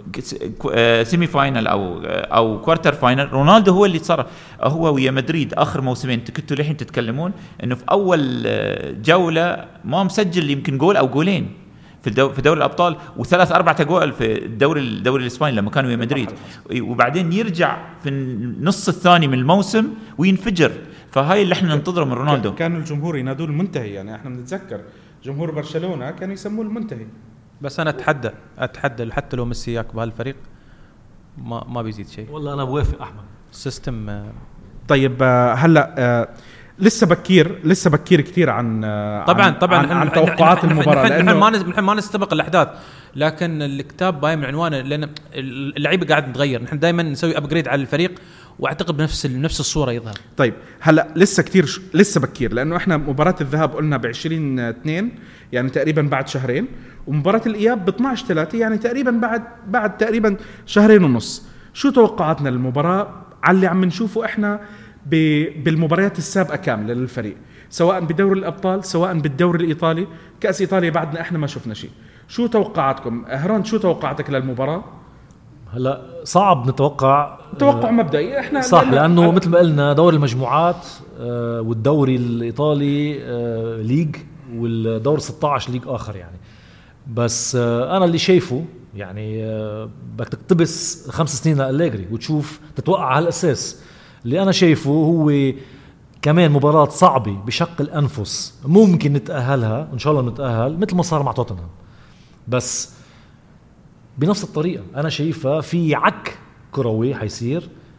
سيمي فاينل او كوارتر فاينل رونالدو هو اللي يتصرف. هو ويا مدريد اخر موسمين كنتوا للحين تتكلمون انه في اول جوله ما مسجل يمكن جول او جولين في دوري الابطال، و3-4 جوال في الدوري الاسباني لما كانوا ويا مدريد، وبعدين يرجع في النص الثاني من الموسم وينفجر. فهاي اللي احنا ننتظره من رونالدو. كانوا الجمهور ينادوه المنتهي، يعني احنا بنتذكر جمهور برشلونة كانوا يسموه المنتهي. بس أنا أتحدى حتى لو ميسي ياك بهالفريق ما بيزيد شيء. والله أنا بوافق أحمد. السيستم طيب هلا لسه بكير كتير عن طبعا عن توقعات المباراة، نحن ما نستبق الأحداث، لكن الكتاب باين من عنوانه لأن اللعيبة قاعد نتغير. نحن دائما نسوي أبجريد على الفريق واعتقد بنفس الصورة يظهر. طيب هلا لسه بكير، لأنه احنا مباراة الذهاب قلنا ب20/2 يعني تقريبا بعد شهرين، ومباراة الإياب ب12/3 يعني تقريبا بعد تقريبا 2.5 شهر. شو توقعاتنا للمباراة على اللي عم نشوفه احنا بالمباريات السابقة كاملة للفريق، سواء بدوري الأبطال سواء بالدوري الإيطالي؟ كأس إيطاليا بعدنا احنا ما شفنا شيء. شو توقعاتكم هران؟ شو توقعاتك للمباراة؟ هلا صعب نتوقع توقع مبدئي احنا صح، لانه مثل ما قلنا دوري المجموعات والدوري الايطالي ليج، والدور 16 ليج اخر يعني. بس انا اللي شايفه يعني بدك تقتبس 5 سنين لأليجري وتشوف تتوقع على الاساس. اللي انا شايفه هو كمان مباراة صعبة بشق الانفس، ممكن نتأهلها ان شاء الله نتأهل مثل ما صار مع توتنهام، بس بنفس الطريقة. أنا شايفها في عك كروي حيصير.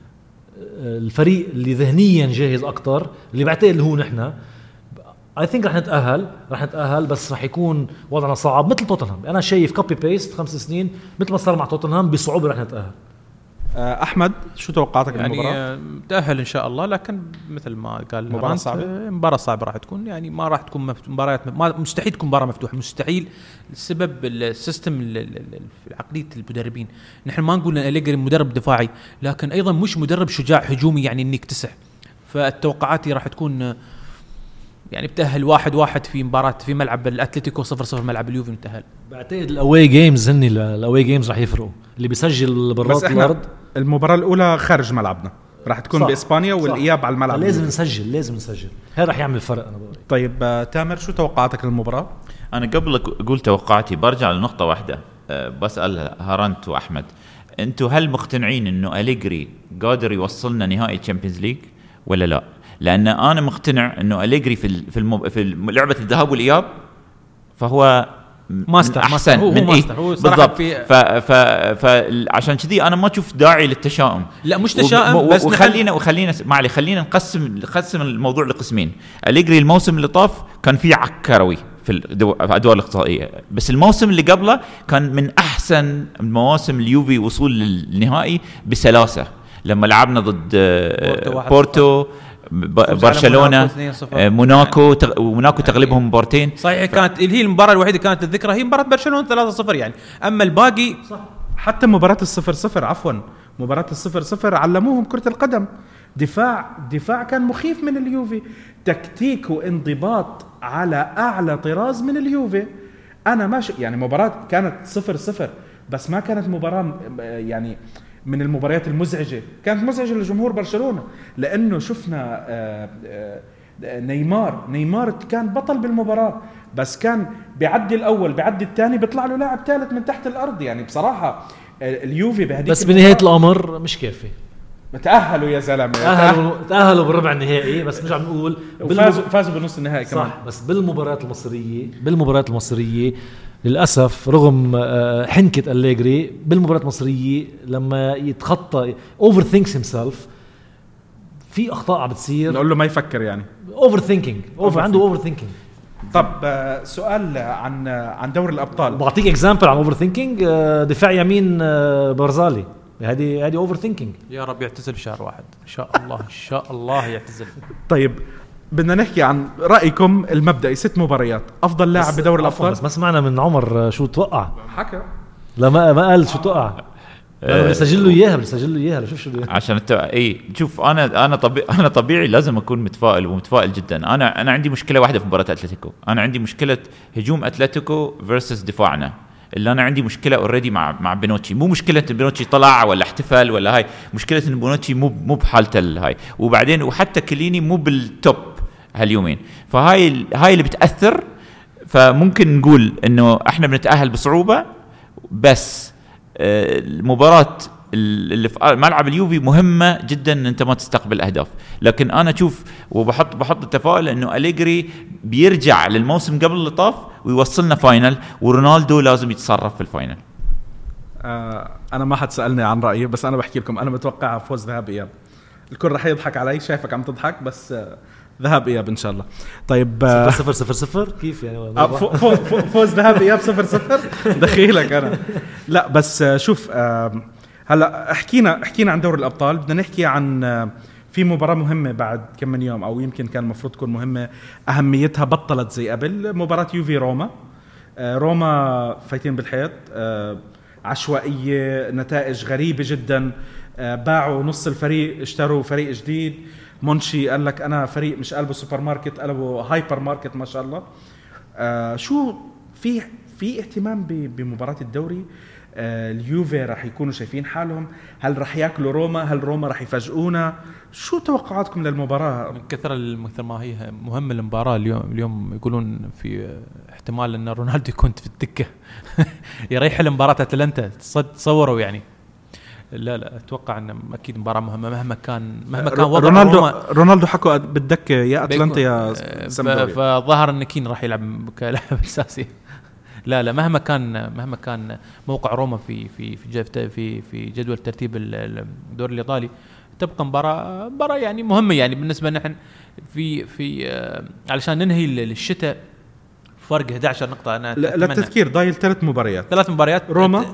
الفريق اللي ذهنيا جاهز أكتر اللي بعتقد اللي هو نحن I think رح نتأهل بس رح يكون وضعنا صعب مثل توتنهام. أنا شايف كوبي بيست 5 سنين مثل ما صار مع توتنهام بصعوبة رح نتأهل. أحمد شو توقعاتك للمباراة؟ يعني تأهل إن شاء الله، لكن مثل ما قال مباراة صعبة راح تكون. يعني ما راح تكون مباريات، مستحيل تكون مباراة مفتوحة، مستحيل. السبب السيستم في عقلية المدربين. نحن ما نقول أن أليجري مدرب دفاعي، لكن أيضا مش مدرب شجاع هجومي يعني إنك يكتسح. فالتوقعاتي راح تكون يعني بتأهل 1-1 في مباراة في ملعب الأتلتيكو، 0-0 ملعب اليوفي نتأهل. بعتقد الأواي جيمز الأواي جيمز راح يفرقوا، اللي بيسجل برات الأرض. المباراة الأولى خارج ملعبنا راح تكون صح. بإسبانيا والإياب على الملعب. لازم نسجل هذا راح يعمل فرق. أنا بقول. طيب تامر شو توقعاتك للمباراة؟ أنا قبل أقول توقعاتي برجع لنقطة واحدة، بسأل هارنت وأحمد، أنتوا هل مقتنعين إنه أليجري قادر يوصلنا نهائي تشامبيونز ليج ولا لا؟ لأن أنا مقتنع إنه أليجري في لعبة الذهاب والإياب فهو ماستر أحسن هو من ماستر هو بالضبط. فعشان كذي أنا ما أشوف داعي للتشاؤم. لا مش تشاؤم، بس خلينا نقسم الموضوع لقسمين. أليجري الموسم اللي طاف كان فيه عكروي في الأدوار الاقصائية، بس الموسم اللي قبله كان من أحسن المواسم اليوفي وصول للنهائي بسلاسة، لما لعبنا ضد بورتو، برشلونة، موناكو تغلبهم مبارتين. صحيح كانت هي المباراة الوحيدة كانت الذكرى هي مباراة برشلونة 3-0 يعني. أما الباقي حتى مباراة 0-0 عفوا مباراة 0-0 علموهم كرة القدم. دفاع كان مخيف من اليوفي، تكتيك وانضباط على أعلى طراز من اليوفي. أنا ماشي يعني مباراة كانت 0-0 بس ما كانت مباراة يعني من المباريات المزعجة، كانت مزعجة لجمهور برشلونة لأنه شفنا نيمار كان بطل بالمباراة، بس كان بيعدي الأول بيعدي الثاني بيطلع له لاعب ثالث من تحت الأرض. يعني بصراحة اليوفي بهديك بس بنهاية الأمر مش كافي. تأهلوا يا زلمة، تأهلوا بالربع النهائي بس مش عم نقول فازوا بالنص النهائي كمان. صح، بس بالمباريات المصرية للأسف رغم حنكة أليجري بالمباريات المصرية لما يتخطى overthinks himself في أخطاء عم بتصير. نقول له ما يفكر يعني عنده overthinking. طب سؤال عن دوري الأبطال. بعطيك اكزامبل عن overthinking. دفاع يمين برزالي، هذه overthinking. يا رب يعتزل بشهر واحد إن شاء الله يعتزل. طيب بدنا نحكي عن رأيكم المبدئي 6 مباريات أفضل لاعب بدوري الأبطال. بس ما سمعنا من عمر شو توقع. حكى لا ما قال شو توقع. بسجل له اياها شوف شو عشان شوف انا طبيعي لازم اكون متفائل جدا. انا عندي مشكله واحده في مباراه اتلتيكو. انا عندي مشكله هجوم اتلتيكو فيرسس دفاعنا، اللي انا عندي مشكله اوريدي مع بينوتشي. مو مشكله بينوتشي طلع ولا احتفل ولا هاي، مشكله ان بينوتشي مو بحالته هاي، وبعدين وحتى كليني مو بالتوب هاليومين، فهاي اللي بتاثر. فممكن نقول انه احنا بنتاهل بصعوبه، بس المباراة اللي في ملعب اليوفي مهمة جدا ان انت ما تستقبل اهداف. لكن انا اشوف وبحط التفاؤل انه أليجري بيرجع للموسم قبل اللي طاف ويوصلنا فاينل، ورونالدو لازم يتصرف في الفاينل. انا ما حد سألني عن رأيي، بس انا بحكي لكم انا متوقع فوز ذهاب اياب. الكل رح يضحك علي، شايفك عم تضحك، بس ذهاب اياب ان شاء الله. طيب 0-0 كيف يعني فوز ذهاب اياب 0-0 دخيلك انا. لا بس شوف هلا حكينا عن دوري الابطال. بدنا نحكي عن في مباراة مهمة بعد كم من يوم، او يمكن كان المفروض تكون مهمة، اهميتها بطلت زي قبل. مباراة يوفي روما فايتين بالحيط، عشوائية، نتائج غريبة جدا. باعوا نص الفريق، اشتروا فريق جديد. مونشي قال لك أنا فريق مش قلبه سوبر ماركت، قلبه هايبر ماركت ما شاء الله. شو في اهتمام بمباراة الدوري؟ اليوفي راح يكونوا شايفين حالهم؟ هل راح ياكلوا روما؟ هل روما راح يفاجئونا؟ شو توقعاتكم للمباراة؟ من كثر ما هي مهمة المباراة اليوم يقولون في احتمال أن رونالدو يكون في الدكة يريح المباراة أتلانتا. تصوروا يعني. لا اتوقع ان اكيد مباراه مهمه مهما كان وضع رونالدو حكوا بالدكه يا اتلانتا يا سامدوريا، فظهر ان كين راح يلعب كلاعب اساسي. لا مهما كان موقع روما في جدول ترتيب الدوري الايطالي، تبقى مباراه يعني مهمه يعني بالنسبه لنا نحن في علشان ننهي الشتاء فرق 11 نقطة. أنا لا التذكير ضايل 3 مباريات روما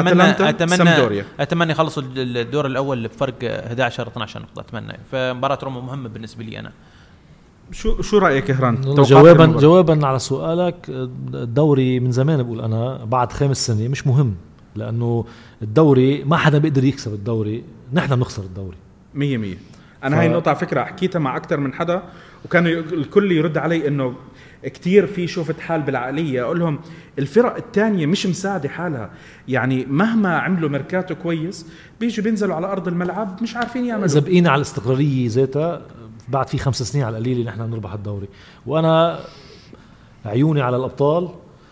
أتمنى يخلصوا الدور الأول بفرق 11-12 نقطة. أتمنى. فمباراة روما مهمة بالنسبة لي أنا. شو رأيك هران؟ جوابا على سؤالك، الدوري من زمان بقول أنا بعد 5 سنة مش مهم، لأنه الدوري ما حدا بيقدر يكسب الدوري، نحن بنخسر الدوري 100%. أنا هاي النقطة على فكرة حكيتها مع أكتر من حدا، وكان الكل يرد علي إنه كتير في شوفت حال بالعقلية. أقول لهم الفرق التانية مش مساعدة حالها، يعني مهما عملوا ميركاتو كويس بينزلوا على أرض الملعب مش عارفين يعملوا. إذا بقينا على الاستقرارية ذاتها بعد في 5 سنين على القليل نحن نربح الدوري. وأنا عيوني على الأبطال،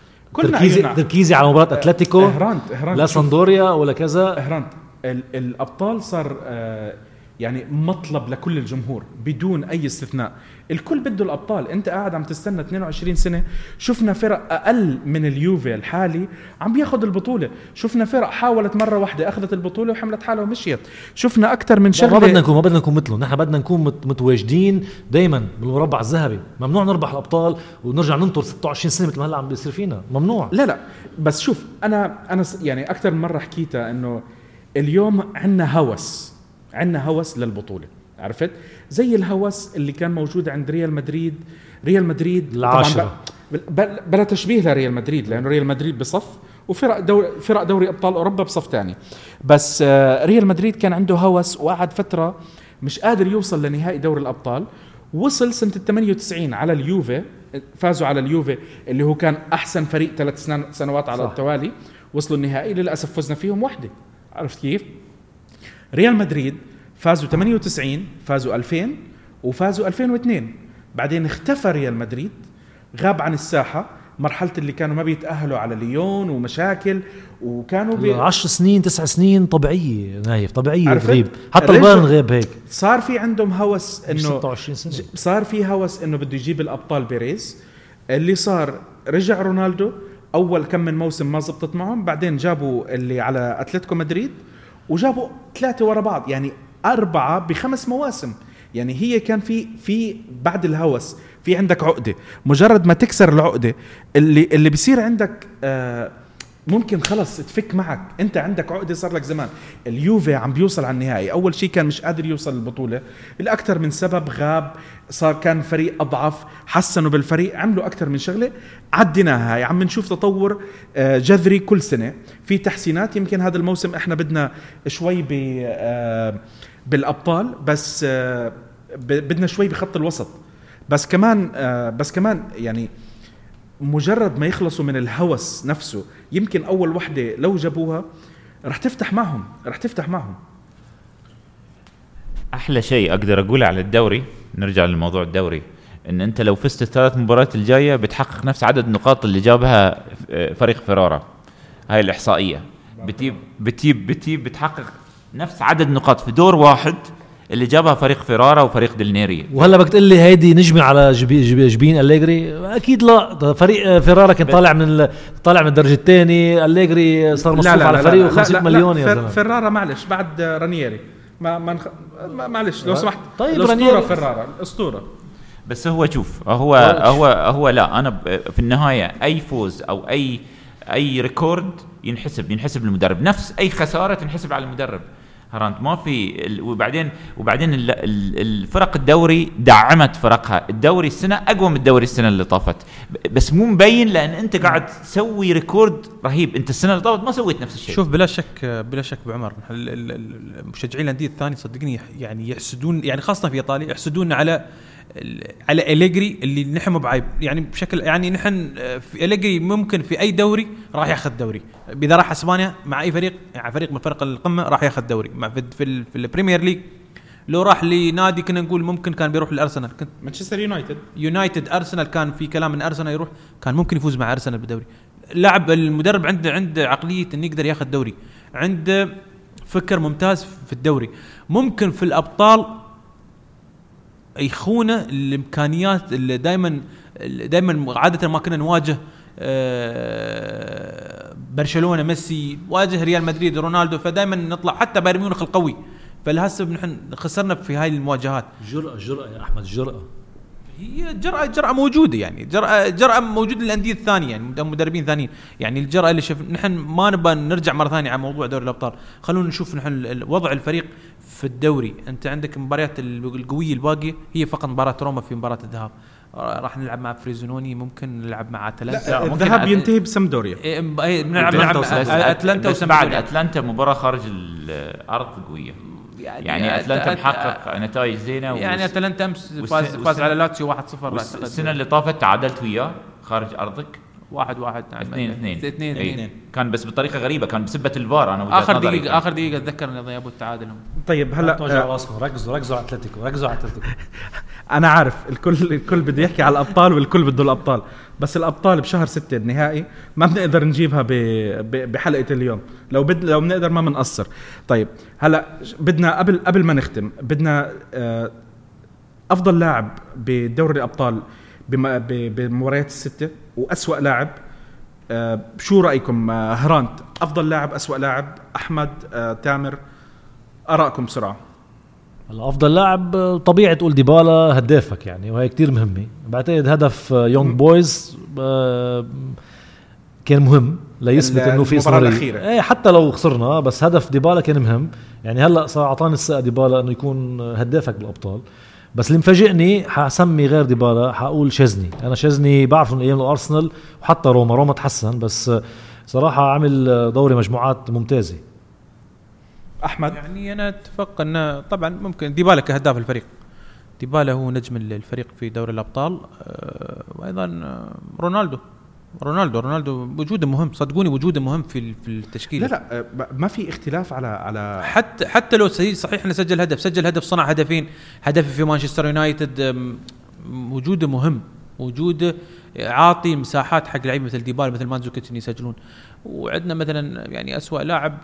تركيزي على مباراة أتلتيكو لا ساندوريا ولا كذا. الأبطال صار يعني مطلب لكل الجمهور بدون أي استثناء. الكل بده الأبطال. أنت قاعد عم تستنى 22 سنة. شفنا فرق أقل من اليوفي الحالي عم بياخد البطولة. شفنا فرق حاولت مرة واحدة أخذت البطولة وحملت حالها ومشيت. شفنا أكتر من شغلة. ما بدنا نكون مثله. نحن بدنا نكون متواجدين دايما بالمربع الذهبي. ممنوع نربح الأبطال ونرجع ننطر 26 سنة مثل ما هلا عم بيصير فينا. ممنوع. لا بس شوف أنا يعني أكتر من مرة حكيتها إنه اليوم عنا هوس للبطولة. عرفت؟ زي الهوس اللي كان موجود عند ريال مدريد العاشرة. بلا تشبيه لريال مدريد، لأنه ريال مدريد بصف فرق دوري ابطال اوروبا بصف ثاني. بس ريال مدريد كان عنده هوس وقعد فتره مش قادر يوصل لنهائي دوري الابطال. وصل سنه 98 على اليوفي، فازوا على اليوفي اللي هو كان احسن فريق 3 سنوات على التوالي، وصلوا النهائي. للاسف فزنا فيهم وحده. عرفت كيف؟ ريال مدريد فازوا 98، فازوا 2000، وفازوا 2002. بعدين اختفى ريال مدريد، غاب عن الساحة مرحلة اللي كانوا ما بيتأهلوا على ليون ومشاكل، وكانوا 10 سنين 9 سنين طبيعية نايف، طبيعية تغيب. حتى البايرن غيب هيك. صار في عندهم هوس انه 26 سنة. صار في هوس انه بده يجيب الأبطال بيريز. اللي صار رجع رونالدو، أول كم من موسم ما زبطت معهم، بعدين جابوا اللي على أتلتيكو مدريد وجابوا 3 ورا بعض، يعني 4 ب5 مواسم. يعني هي كان في بعد الهوس في عندك عقدة، مجرد ما تكسر العقدة اللي بيصير عندك ممكن خلص تفك معك. انت عندك عقدة صار لك زمان. اليوفي عم بيوصل على النهائي، اول شيء كان مش قادر يوصل للبطولة لأكثر من سبب، غاب، صار كان فريق اضعف، حسنوا بالفريق، عملوا اكثر من شغلة، عديناها. عم نشوف تطور جذري كل سنة، في تحسينات. يمكن هذا الموسم احنا بدنا شوي بالابطال، بس بدنا شوي بخط الوسط. بس كمان يعني مجرد ما يخلصوا من الهوس نفسه، يمكن اول وحده لو جابوها رح تفتح معهم. احلى شيء اقدر اقوله على الدوري، نرجع للموضوع الدوري، ان انت لو فزت ال3 مباريات الجايه بتحقق نفس عدد النقاط اللي جابها فريق فيرارا. هاي الاحصائيه بتجيب بتحقق نفس عدد نقاط في دور واحد اللي جابها فريق فيرارا وفريق دلنيري. وهلا بدك تقول لي هيدي نجمه على جبين أليجري؟ اكيد لا. فريق فيرارا كان طالع من الدرجه الثاني، أليجري صار مصروف على فريق 50 مليون يا زلمه. فيرارا معلش بعد رانييري معلش لو سمحت. طيب الاسطوره فيرارا الاسطوره. بس هو شوف هو لا، انا في النهايه اي فوز او اي ريكورد ينحسب للمدرب، نفس اي خساره تنحسب على المدرب. هرانت ما في وبعدين الفرق الدوري دعمت فرقها. الدوري السنه اقوى من الدوري السنه اللي طافت، بس مو مبين لان انت قاعد تسوي ريكورد رهيب. انت السنه اللي طافت ما سويت نفس الشيء. شوف بلا شك بعمر، المشجعين الانديه الثانيه صدقني يعني يحسدون، يعني خاصه في ايطاليا يحسدون على أليجري اللي نحن بعيب. يعني بشكل يعني نحن في أليجري ممكن في أي دوري راح ياخذ دوري. إذا راح إسبانيا مع أي فريق، يعني فريق من فرق القمة راح ياخذ دوري. مع في البريمير ليج لو راح لنادي كنا نقول ممكن كان بيروح للأرسنال، كنت مانشستر يونايتد أرسنال، كان في كلام من أرسنال يروح، كان ممكن يفوز مع أرسنال بالدوري. لاعب المدرب عنده عقلية إنه يقدر ياخذ دوري، عنده فكر ممتاز في الدوري. ممكن في الأبطال يخونه الامكانيات اللي دائما عاده ما كنا نواجه برشلونه ميسي، واجه ريال مدريد رونالدو، فدائما نطلع حتى بايرن ميونخ القوي. فلهسه نحن خسرنا في هاي المواجهات. جرأة يا احمد، هي جرأة موجوده، يعني جرأة موجوده للانديه الثانيه، يعني مدربين ثانيين. يعني الجرأة اللي نحن ما نبغى نرجع مره ثانيه على موضوع دوري الابطال. خلونا نشوف نحن وضع الفريق في الدوري. انت عندك المباريات القويه الباقيه هي فقط مباراه روما في مباراه الذهاب. راح نلعب مع فريزونوني، ممكن نلعب مع اتلانتا. الذهاب ينتهي بسمدوريا. نلعب اتلانتا بعد اتلانتا مباراه خارج الارض قويه. يعني اتلانتا محقق نتائج زينه. يعني اتلانتا امس فاز على لاتسيو 1-0. السنه اللي طافت تعادلت وياه خارج ارضك 1-1. 2-2 كان بس بطريقه غريبه، كان بسبه الفار. انا اخر دقيقه اتذكر ان ضيعوا التعادل. طيب هلا ركزوا على اتلتيكو. انا عارف الكل بده يحكي على الابطال والكل بده الابطال، بس الابطال بشهر 6 النهائي ما بنقدر نجيبها بحلقه اليوم. لو بنقدر ما بنقصر. طيب هلا بدنا قبل ما نختم بدنا افضل لاعب بدوري الابطال بمباريات ال6 وأسوأ لاعب. شو رأيكم هرانت؟ أفضل لاعب، أسوأ لاعب، أحمد، تامر، أراءكم بسرعة. الأفضل لاعب طبيعي تقول ديبالا هدافك يعني، وهي كتير مهمة. بعتقد هدف يونغ بويز كان مهم ليثبت إنه في استمرارية. حتى لو خسرنا بس هدف ديبالا كان مهم. يعني هلأ صار عطاني الثقة ديبالا إنه يكون هدافك بالأبطال. بس اللي مفاجئني حسمي غير ديبالا، حقول شزني. أنا شزني بعرف من أيام الأرسنال وحتى روما تحسن، بس صراحه عامل دوري مجموعات ممتازه. احمد يعني انا اتفق انه طبعا ممكن ديبالا كهداف الفريق، ديبالا هو نجم الفريق في دوري الابطال، وايضا رونالدو وجوده مهم، صدقوني وجوده مهم في التشكيله. لا ما في اختلاف على حتى لو صحيح انه سجل هدف، صنع هدفين، هدف في مانشستر يونايتد، وجوده مهم، وجوده عاطي مساحات حق لعيبه مثل ديبالا مثل مانزوكيتش ان يسجلون. وعندنا مثلا يعني اسوأ لاعب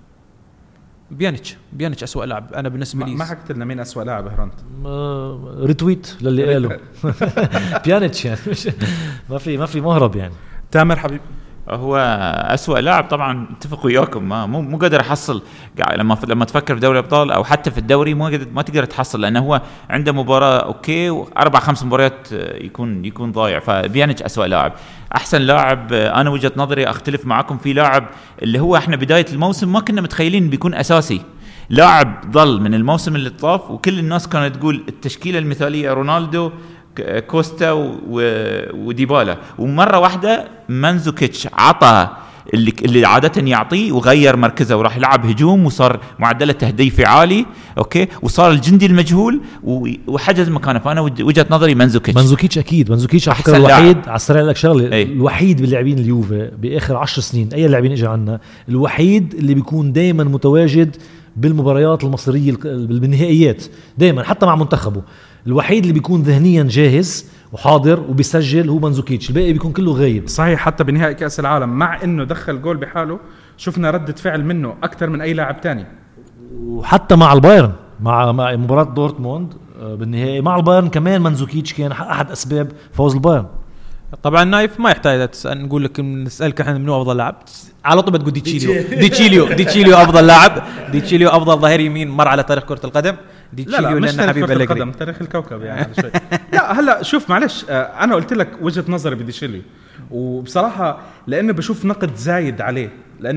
بيانيتش أسوأ لاعب انا بالنسبه لي. ما حكيت لنا مين أسوأ لاعب هرانت؟ ريتويت للي قاله بيانيتش يعني مش ما في مهرب يعني. تامر حبيب هو أسوأ لاعب طبعا، اتفق وياكم. مو قادر احصل لما تفكر في دوري الابطال او حتى في الدوري ما تقدر تحصل، لانه هو عنده مباراه اوكي و4-5 مباريات يكون ضايع. فبيانيتش أسوأ لاعب. احسن لاعب انا وجهة نظري اختلف معكم في لاعب اللي هو احنا بدايه الموسم ما كنا متخيلين بيكون اساسي، لاعب ظل من الموسم اللي طاف وكل الناس كانت تقول التشكيله المثاليه رونالدو كوستا وديبالا، ومره واحده مانزوكيتش عطى اللي عاده يعطيه وغير مركزه وراح يلعب هجوم وصار معدل التهديفي عالي اوكي، وصار الجندي المجهول وحجز مكانه. فانا وجهه نظري مانزوكيتش اكيد مانزوكيتش على فكره الوحيد على السريع لك شغله الوحيد باللاعبين اليوفي باخر 10 سنين اي لاعبين اجى عنا الوحيد اللي بيكون دائما متواجد بالمباريات المصريه بالنهائيات دائما حتى مع منتخبه. الوحيد اللي بيكون ذهنيا جاهز وحاضر وبيسجل هو مانزوكيتش، الباقي بيكون كله غايب. صحيح، حتى بنهائي كأس العالم مع انه دخل جول بحاله شفنا ردة فعل منه اكثر من اي لاعب تاني. وحتى مع البايرن مع مباراة دورتموند بالنهائي مع البايرن كمان مانزوكيتش كان احد اسباب فوز البايرن. طبعا نايف ما يحتاج تسأل، نقول لك نسألك احنا منو افضل لاعب على طول بتقول ديتشيليو افضل لاعب، ديتشيليو افضل ظهير يمين مر على تاريخ كرة القدم. لا مش تاريخ كرة القدم، تاريخ الكوكب يعني شوي. لا هلا شوف معلش، انا قلت لك وجهة نظري بديتشيليو، وبصراحة لانه بشوف نقد زايد عليه،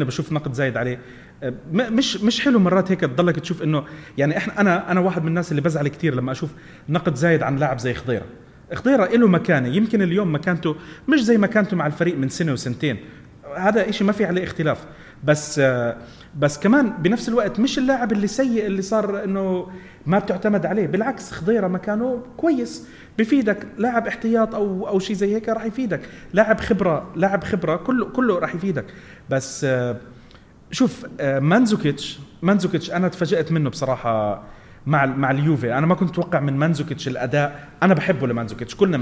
مش حلو مرات هيك تضلك تشوف انه يعني انا واحد من الناس اللي بزعل كتير لما اشوف نقد زايد عن لاعب زي خضيرة له مكانه، يمكن اليوم مكانته مش زي مكانته مع الفريق من سنة وسنتين، هذا إشي ما في عليه اختلاف، بس كمان بنفس الوقت مش اللاعب اللي سيء اللي صار انه ما بتعتمد عليه. بالعكس خضيرة مكانه كويس، بيفيدك، لاعب احتياط او شيء زي هيك راح يفيدك، لاعب خبرة كله راح يفيدك. بس شوف مانزوكيتش انا تفاجأت منه بصراحة مع اليوفي. انا ما كنت اتوقع من مانزوكيتش الاداء، انا بحبه لمانزوكيتش، كلنا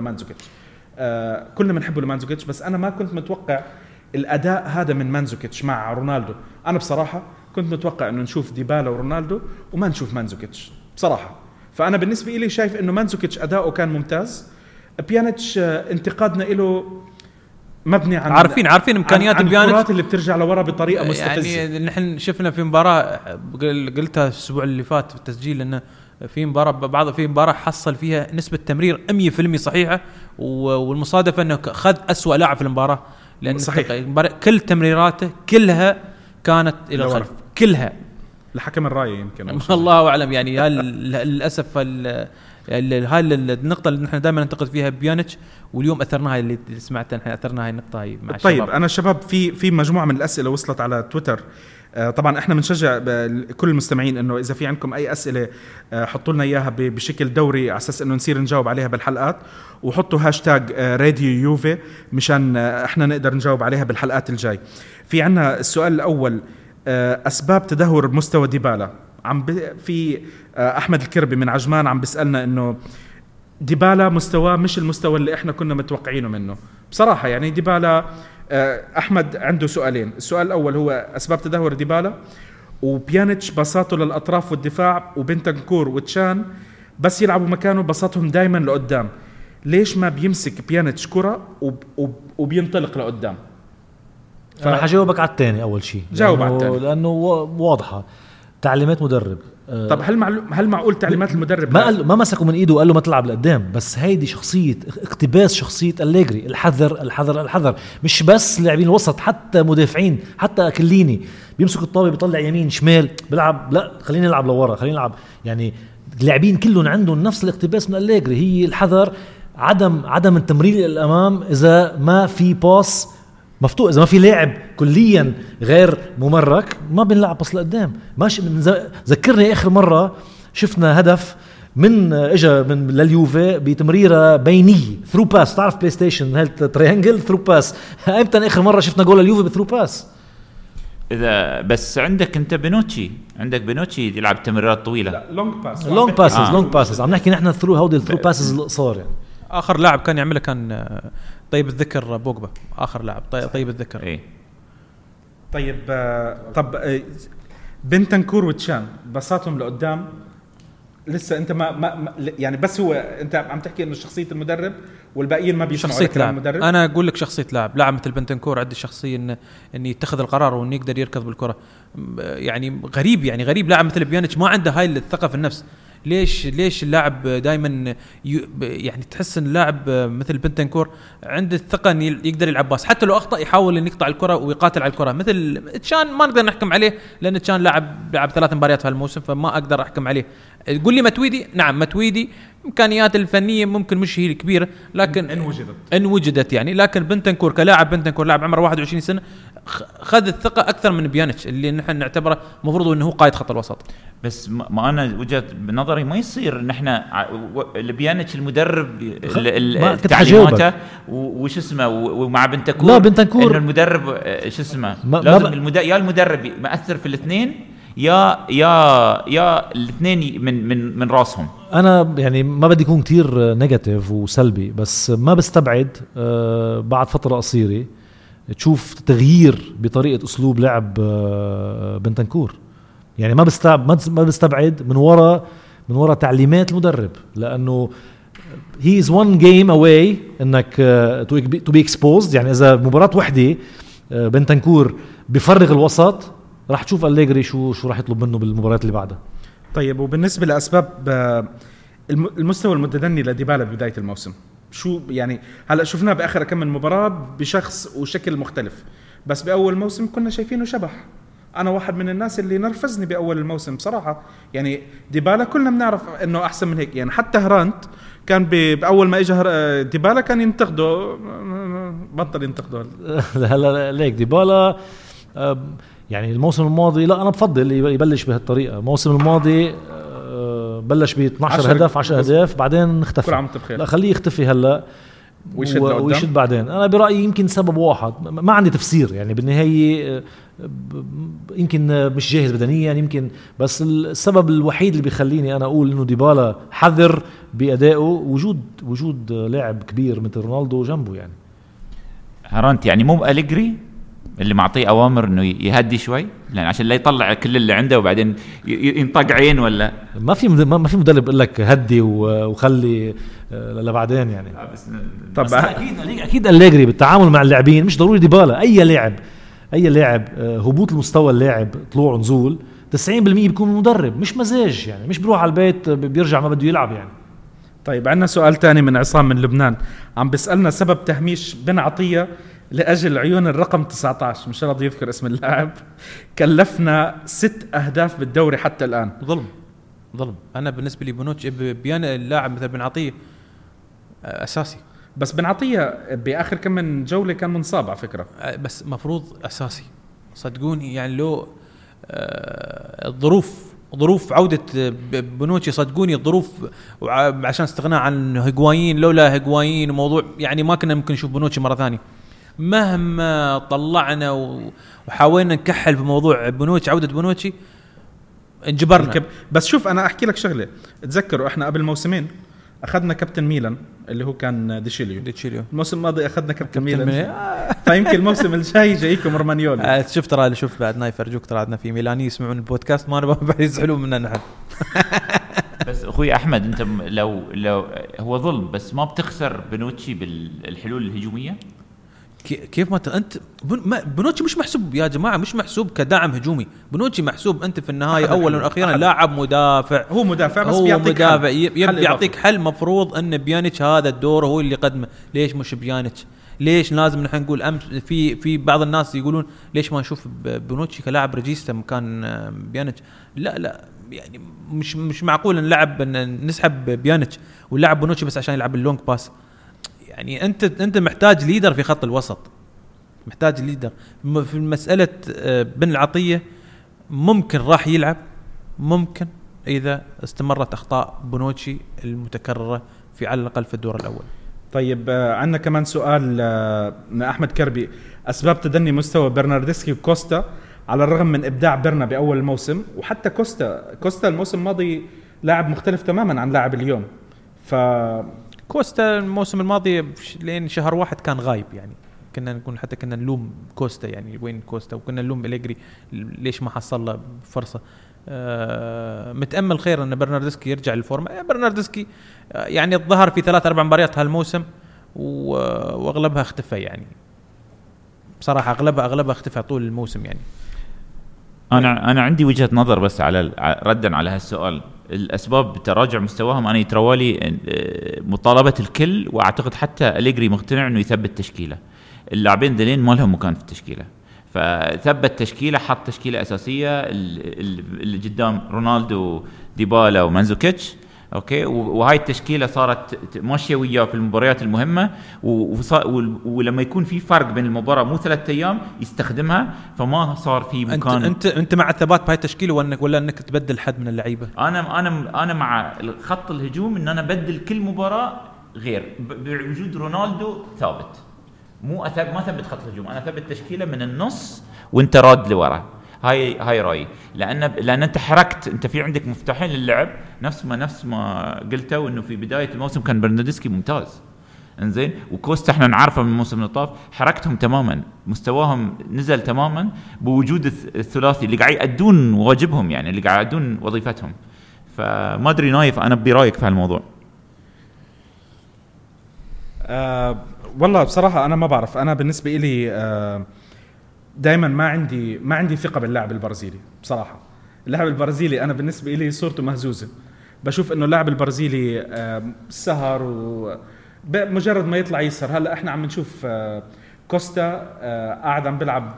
بنحبه لمانزوكيتش، بس انا ما كنت متوقع الاداء هذا من مانزوكيتش مع رونالدو. انا بصراحه كنت متوقع انه نشوف ديبالا ورونالدو وما نشوف مانزوكيتش بصراحه. فانا بالنسبه لي شايف انه مانزوكيتش اداؤه كان ممتاز. بيانيتش انتقادنا له مبني عن عارفين امكانيات بيانيتش، الكرات اللي بترجع لورا بطريقه مستفزه. يعني نحن شفنا في مباراه قلتها الاسبوع اللي فات في التسجيل انه في مباراه حصل فيها نسبه تمرير 100% صحيحه، والمصادفه انه خذ أسوأ لاعب في المباراه، لان كل تمريراته كلها كانت الى الخلف، كلها لحكم الرايه يمكن الله اعلم. يعني للاسف هاي النقطه اللي نحن دائما ننتقد فيها بيانيتش، واليوم اثرناها اللي سمعتها نحن اثرناها النقطه هاي مع الشباب. طيب انا شباب في مجموعه من الاسئله وصلت على تويتر. طبعا احنا بنشجع كل المستمعين انه اذا في عندكم اي اسئله حطوا لنا اياها بشكل دوري على اساس انه نصير نجاوب عليها بالحلقات، وحطوا هاشتاج راديو يوفي مشان احنا نقدر نجاوب عليها بالحلقات الجاي. في عنا السؤال الاول، اسباب تدهور مستوى ديبالا. في احمد الكربي من عجمان عم بيسالنا انه ديبالا مستواه مش المستوى اللي احنا كنا متوقعينه منه بصراحه. يعني ديبالا احمد عنده سؤالين، السؤال الاول هو اسباب تدهور ديبالا، وبيانيتش بساطه للاطراف والدفاع، وبنتنكور وتشان بس يلعبوا مكانه بساطهم دائما لقدام، ليش ما بيمسك بيانيتش كرة وبينطلق لقدام؟ انا حجاوبك على الثاني اول شيء، جاوب على الثاني لانه واضحه تعليمات مدرب. طب هل معقول تعليمات المدرب ما مسكوا من ايده وقال له ما تلعب لقدام؟ بس هيدي شخصيه اقتباس شخصيه أليجري، الحذر، مش بس لاعبين الوسط، حتى مدافعين، حتى كليني بيمسك الطابه بيطلع يمين شمال بيلعب، لا خلينا نلعب لورا، خلينا نلعب. يعني اللاعبين كلهم عندهم نفس الاقتباس من أليجري، هي الحذر، عدم التمرير الامام اذا ما في باس مفتوح. اذا ما في لاعب كليا غير ممرك ما بنلعب بس لقدام. ماشي ذكرني اخر مره شفنا هدف من اجا من لليوفي بتمريره بينيه ثرو باس. تعرف بلاي ستيشن هالتريانجل ثرو باس؟ امتى اخر مره شفنا جول لليوفي بثرو باس؟ اذا بس عندك انت بنوتشي يلعب تمريرات طويله. لونج باسز عم نحكي نحن ثرو هودي الثرو باسز القصار. يعني اخر لاعب كان يعملها كان طيب الذكر بوجبا. اخر لاعب طيب الذكر. ايه طيب طب بنتنكور وتشان بساطهم لقدام لسه انت ما يعني بس هو انت عم تحكي انه شخصيه المدرب والباقيين ما بيسمعوا كلام المدرب. انا اقول لك شخصيه لاعب مثل بنتنكور عنده شخصيه انه يتخذ القرار وانه يقدر يركض بالكره. يعني غريب لاعب مثل بيانيتش ما عنده هاي الثقه في النفس. ليش اللاعب دائما يعني تحس ان اللاعب مثل بنتنكور عنده الثقه ان يقدر يلعب باس حتى لو اخطا يحاول ان يقطع الكره ويقاتل على الكره. مثل تشان ما نقدر نحكم عليه لان تشان لعب 3 مباريات في هالموسم فما اقدر احكم عليه. تقول لي متويدي، نعم متويدي امكانيات الفنيه ممكن مش هي الكبيره لكن ان وجدت يعني. لكن بنتنكور كلاعب لاعب عمره 21 سنه خذ الثقه اكثر من بيانيتش اللي نحن نعتبره مفروض انه هو قائد خط الوسط. بس ما انا وجهه بنظري ما يصير نحن بيانيتش المدرب تعليماته وش اسمه ومع بنتنكور. لا بنتنكور انه المدرب شو اسمه لازم يا المدرب مأثر في الاثنين يا الاثنين من راسهم. انا يعني ما بدي يكون كتير نيجاتيف وسلبي بس ما بستبعد بعد فتره قصيره تشوف تغيير بطريقه اسلوب لعب بنتنكور. يعني ما بستبعد من وراء تعليمات المدرب لانه he is one game away انك to be exposed. يعني اذا مباراه وحده بنتنكور بفرغ الوسط راح تشوف أليجري شو راح يطلب منه بالمباريات اللي بعدها. طيب وبالنسبه لاسباب المستوى المتدني لديبالا بدايه الموسم شو يعني؟ هلا شفناه باخر كم من مباراه بشخص وشكل مختلف بس باول موسم كنا شايفينه شبح. انا واحد من الناس اللي نرفزني باول الموسم صراحه. يعني ديبالا كلنا بنعرف انه احسن من هيك. يعني حتى هرانت كان باول ما اجى ديبالا كان ينتقده بطل ينتقده. هلا ليك ديبالا يعني الموسم الماضي لا انا بفضل يبلش بهالطريقه. الموسم الماضي بلش ب 12 هدف 10 اهداف بعدين اختفى. لا خليه يختفي هلا ويشد بعدين. انا برايي يمكن سبب واحد ما عندي تفسير يعني بالنهايه يمكن مش جاهز بدنيا يمكن. بس السبب الوحيد اللي بيخليني انا اقول انه ديبالا حذر بادائه وجود لاعب كبير مثل رونالدو جنبه. يعني هرانت يعني مو أليجري اللي معطيه اوامر انه يهدي شوي لان عشان لا يطلع كل اللي عنده وبعدين ينطق عين ولا ما في مدرب يقول لك هدي وخلي لبعدين يعني. طب اكيد أليجري بالتعامل مع اللاعبين مش ضروري ديبالا. اي لاعب هبوط المستوى اللاعب طلوع ونزول 90% بيكون مدرب مش مزاج. يعني مش بروح على البيت بيرجع ما بده يلعب يعني. طيب عندنا سؤال تاني من عصام من لبنان عم بيسألنا سبب تهميش بن عطية لأجل عيون الرقم 19 مش راضي يذكر اسم اللاعب. كلفنا 6 أهداف بالدوري حتى الآن. ظلم. أنا بالنسبة لي بنوتش بيان اللاعب مثل بن عطية أساسي. بس بن عطية بآخر كم من جولة كان منصاب على فكرة. بس مفروض أساسي صدقوني. يعني لو ظروف عودة بنوتشي صدقوني الظروف عشان استغناء عن هيغوايين. لولا هيغوايين وموضوع يعني ما كنا ممكن نشوف بنوتشي مرة ثانية. مهما طلعنا وحاولنا نكحل في موضوع بنوتشي عودة بنوتشي انجبرنا. بس شوف أنا أحكي لك شغلة. تذكروا إحنا قبل موسمين أخذنا كابتن ميلان اللي هو كان ديشيليو. الموسم الماضي أخذنا كابتن ميلان فيمكن الموسم الجاي جايكم رومانيولي. شوف بعد نايف أرجوك ترى عندنا في ميلاني يسمعون البودكاست ما نبغى يزعلون مننا نحن. بس أخوي أحمد أنت لو هو ظلم بس ما بتخسر بنوتشي بالحلول الهجومية. كيف ما أنت بنوتشي مش محسوب يا جماعة. مش محسوب كداعم هجومي. بنوتشي محسوب أنت في النهاية أولا وأخيرا لاعب مدافع. هو مدافع بس بيعطيك حل. مفروض أن بيانيتش هذا الدور هو اللي قدمه. ليش مش بيانيتش؟ ليش لازم نحن نقول أمس في بعض الناس يقولون ليش ما نشوف بنوتشي كلاعب ريجيستا مكان بيانيتش؟ لا يعني مش معقول نسحب بيانيتش ونلعب بنوتشي بس عشان يلعب اللونج باس. يعني انت محتاج ليدر في خط الوسط. محتاج ليدر. في مسألة بن العطية ممكن راح يلعب، ممكن إذا استمرت أخطاء بونوتشي المتكررة في على الأقل في الدور الأول. طيب عندنا كمان سؤال من أحمد كربي، أسباب تدني مستوى برناردسكي وكوستا على الرغم من إبداع برنا بأول الموسم، وحتى كوستا الموسم الماضي لاعب مختلف تماما عن لاعب اليوم. كوستا الموسم الماضي لين شهر واحد كان غايب، يعني كنا نقول حتى كنا نلوم كوستا، يعني وين كوستا، وكنا نلوم أليجري ليش ما حصل له فرصة. متأمل خير أن برناردسكي يرجع للفورمة. برناردسكي يعني الظهر في 3-4 مباريات هالموسم واغلبها اختفى، يعني بصراحة اغلبها اختفى طول الموسم. يعني انا عندي وجهة نظر بس على ردا على هالسؤال. الاسباب تراجع مستواهم انا يتروالي مطالبة الكل، واعتقد حتى أليجري مقتنع انه يثبت تشكيله. اللاعبين دلين ما لهم مكان في التشكيله، فثبت تشكيله، حط تشكيله اساسيه اللي قدام رونالدو ديبالا ومانزوكيتش، اوكي، وهاي التشكيله صارت ماشيه وياه في المباريات المهمه، ولما يكون في فرق بين المباراه مو 3 ايام يستخدمها، فما صار في مكان. انت مع الثبات بهاي التشكيله ولا انك تبدل حد من اللعيبه؟ انا مع خط الهجوم ان انا بدل كل مباراه غير، بوجود رونالدو ثابت، ما ثبت خط الهجوم، انا ثبت تشكيله من النص وانت راد لورا. هاي رايي، لان انت حركت، انت في عندك مفتاحين للعب، نفس ما قلتوا انه في بدايه الموسم كان برناردسكي ممتاز، انزين، وكوستا احنا نعرفه من الموسم اللي طاف، حركتهم تماما، مستواهم نزل تماما بوجود الثلاثي اللي قاعد يأدون واجبهم، يعني اللي قاعد يأدون وظيفتهم. فما ادري نايف، انا برايك في هالموضوع. والله بصراحة أنا ما بعرف. أنا بالنسبة إلي دائما ما عندي ثقة باللاعب البرازيلي بصراحة. اللاعب البرازيلي أنا بالنسبة إلي صورته مهزوزة. بشوف إنه اللاعب البرازيلي سهر، ومجرد ما يطلع يسهر. هلا إحنا عم نشوف كوستا قاعد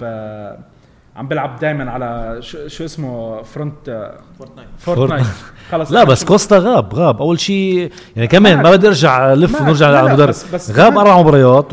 عم بلعب دائما على شو اسمه فورتنايت. خلص. لا بس كوستا غاب اول شيء، يعني كمان ما بدي ارجع لف ونرجع على المدرب. غاب 4 مباريات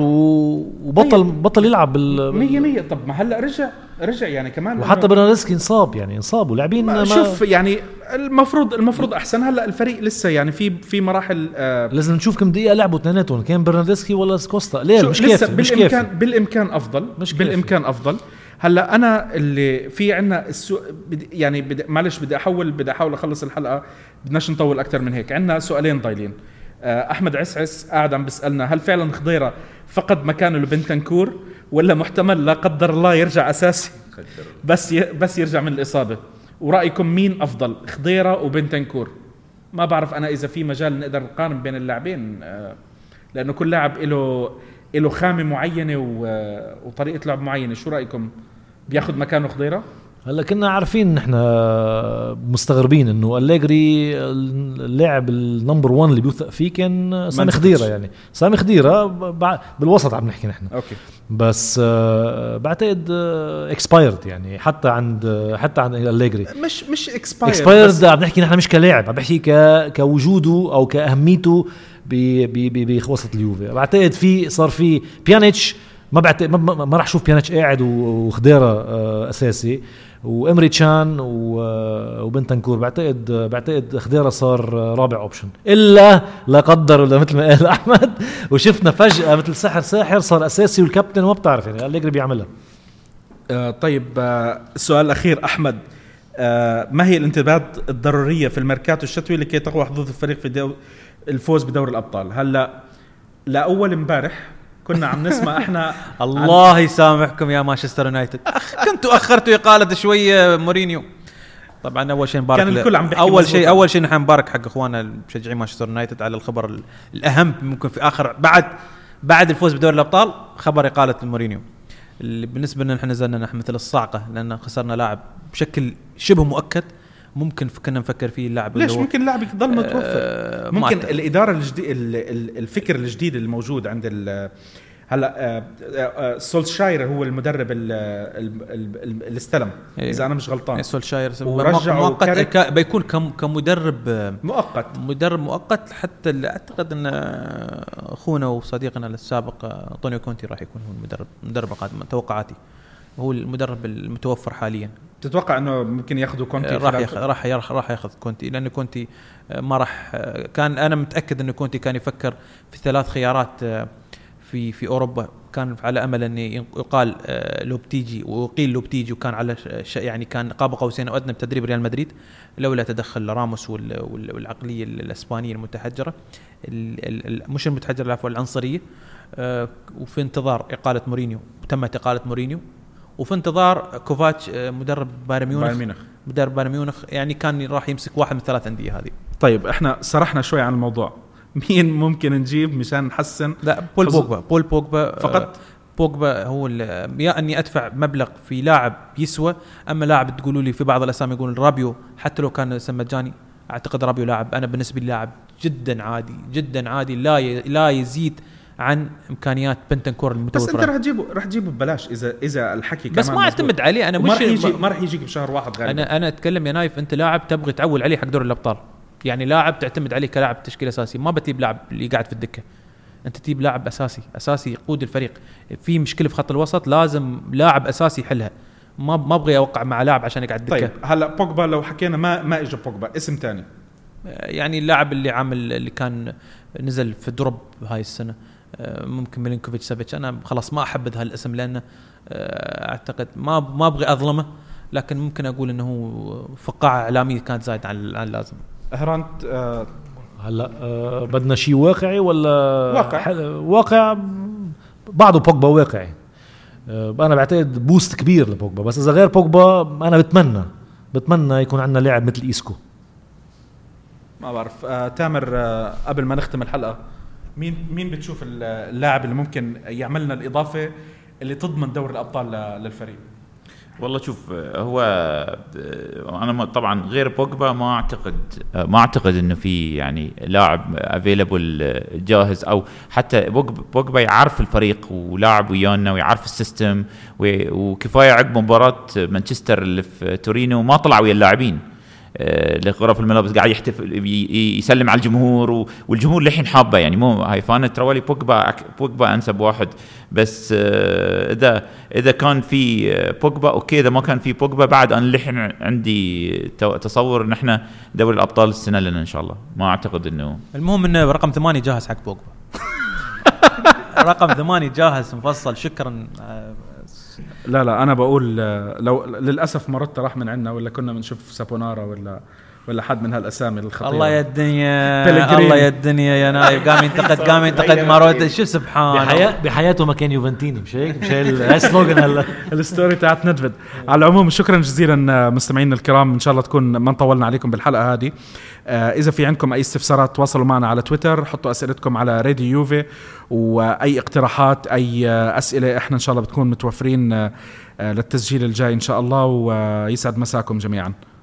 وبطل يلعب 100%. طب ما هلا رجع يعني كمان، وحتى برناردسكي انصاب ولاعبين شوف يعني المفروض احسن. هلا الفريق لسه يعني في مراحل لازم نشوف كم دقيقه لعبوا اثنيناتهم، كان برناردسكي ولا كوستا. ليه مش كيف بالامكان افضل. هلا انا اللي في عنا يعني معلش بدي احاول اخلص الحلقه، بدناش نطول اكثر من هيك. عنا سؤالين ضايلين. احمد عسعس قاعد عم بيسالنا هل فعلا خضيره فقد مكانه لبنتنكور، ولا محتمل لا قدر الله يرجع اساسي بس يرجع من الاصابه؟ ورايكم مين افضل، خضيره وبنتنكور؟ ما بعرف انا اذا في مجال نقدر نقارن بين اللاعبين، لانه كل لاعب له خامه معينه وطريقه لعب معينه. شو رايكم، بياخد مكانه خضيره؟ هلا كنا عارفين نحن مستغربين انه أليجري اللاعب النمبر 1 اللي بيوثق فيه كان سامي خضيره. يعني سامي خضيره بالوسط عم نحكي نحن، اوكي، بس بعتقد اكسبايرد، يعني حتى عند أليجري مش اكسبايرد عم نحكي نحن، مش كلاعب، عم بحكي كوجوده او كاهميته بوسط اليوفي. بعتقد صار في بيانيتش، ما راح اشوف بيانيتش قاعد وخضيره اساسي، وامري تشان وبنتنكور. بعتقد خضيره صار رابع اوبشن، الا لا قدر ولا مثل ما قال احمد وشفنا فجاه مثل ساحر صار اساسي والكابتن ما بتعرف، يعني أليجري بيعملها. طيب السؤال الاخير احمد، ما هي الانتباهات الضروريه في الميركاتو الشتوي لكي تقوى حظوظ الفريق في الفوز بدوري الابطال؟ هلا لاول امبارح كنا عم نسمع احنا الله يسامحكم يا مانشستر يونايتد، كنتوا اخرتوا اقاله شويه مورينيو. طبعا اول شيء نبارك، اول شيء نحن نبارك حق اخواننا المشجعين مانشستر يونايتد على الخبر الاهم ممكن في اخر بعد الفوز بدوري الابطال، خبر اقاله مورينيو اللي بالنسبه لنا نحن نزلنا نحن مثل الصاعقه، لان خسرنا لاعب بشكل شبه مؤكد. ممكن كنا نفكر فيه اللاعب، ليش ممكن اللاعب يضل متوفر؟ ممكن الاداره الجديد، الفكر الجديد الموجود هلا سولشاير هو المدرب اللي استلم اذا انا مش غلطان. سولشاير مؤقت بيكون كمدرب مؤقت حتى اعتقد ان اخونا وصديقنا السابق انطونيو كونتي راح يكون هو المدرب القادم. توقعاتي هو المدرب المتوفر حاليا. تتوقع انه ممكن ياخذوا كونتي؟ راح ياخذ كونتي، لانه كونتي ما راح كان، انا متاكد انه كونتي كان يفكر في 3 خيارات في اوروبا. كان على امل ان يقال لوبتيجي وقيل لوبتيجي، وكان على يعني كان قاب قوسين او ادنى بتدريب ريال مدريد لولا تدخل راموس والعقليه الاسبانيه المتحجره، مش المتحجره العفو العنصريه. وفي انتظار اقاله مورينيو، تمت اقاله مورينيو، وفي انتظار كوفاتش مدرب بايرن ميونخ يعني كان راح يمسك واحد من 3 أندية هذه. طيب احنا سرحنا شوي عن الموضوع، مين ممكن نجيب مشان نحسن؟ لا بول بوجبا فقط. بوجبا هو يا اني ادفع مبلغ في لاعب يسوى، اما لاعب تقولوا لي في بعض الاسامي يقولون رابيو حتى لو كان مجاني، اعتقد رابيو لاعب انا بالنسبه لي لاعب جدا عادي لا يزيد عن امكانيات بنتنكور المتوفره. بس انت راح تجيبه ببلاش اذا الحكي بس ما اعتمد عليه انا، ما راح يجيك بشهر واحد غالبا. انا اتكلم يا نايف، انت لاعب تبغي تعول عليه حق دوري الابطال، يعني لاعب تعتمد عليه كلاعب تشكيل اساسي، ما بتجيب لاعب اللي قاعد في الدكه، انت تجيب لاعب اساسي يقود الفريق. في مشكله في خط الوسط لازم لاعب اساسي يحلها، ما ابغي اوقع مع لاعب عشان يقعد دكه. طيب هلا بوجبا لو حكينا ما اجى بوجبا، اسم تاني يعني اللاعب اللي كان نزل في دروب هاي السنه ممكن ميلينكوفيتش سافيتش. انا خلاص ما احب هالاسم لانه اعتقد ما ابغي اظلمه، لكن ممكن اقول انه فقاعه اعلاميه كانت زايد عن اللازم. هرانت هلا بدنا شيء واقعي ولا واقع بعده بوجبا واقعي. انا بعتقد بوست كبير لبوجبا، بس اذا غير بوجبا انا بتمنى يكون عندنا لاعب مثل إيسكو. ما بعرف. تامر قبل ما نختم الحلقه، مين بتشوف اللاعب اللي ممكن يعملنا الإضافة اللي تضمن دوري الأبطال للفريق؟ والله شوف، هو أنا طبعا غير بوجبا ما أعتقد إنه في يعني لاعب افيلبل جاهز، أو حتى بوجبا يعرف الفريق ولاعب ويانا ويعرف السيستم، وكفاية عقب مباراة مانشستر اللي في تورينو ما طلع ويا اللاعبين لغرف الملابس قاعد يحتفل يسلم على الجمهور، والجمهور لحين حابه يعني مو هاي فانا ترولي بوجبا انسب واحد. بس اذا كان في بوجبا اوكي، اذا ما كان في بوجبا بعد انا لحين عندي تصور ان احنا دوري الابطال السنه لنا ان شاء الله. ما اعتقد انه المهم انه رقم 8 جاهز حق بوجبا. رقم 8 جاهز مفصل. شكرا. لا انا بقول لو للاسف مرت راح من عندنا، ولا كنا بنشوف سابونارا ولا حد من هالاسامي الخطيره. الله يا الدنيا يا نايف. قام ينتقد مرات. شو سبحان بحياته ما كان يوفنتيني، مش هيك؟ مش هاي السلوغان هلا الستوري تاعت ندفد. على العموم شكرا جزيلا مستمعينا الكرام، ان شاء الله تكون ما طولنا عليكم بالحلقه هذه. اذا في عندكم اي استفسارات تواصلوا معنا على تويتر، حطوا اسئلتكم على راديو يوفي، واي اقتراحات اي اسئله احنا ان شاء الله بتكون متوفرين للتسجيل الجاي ان شاء الله. ويسعد مساكم جميعا.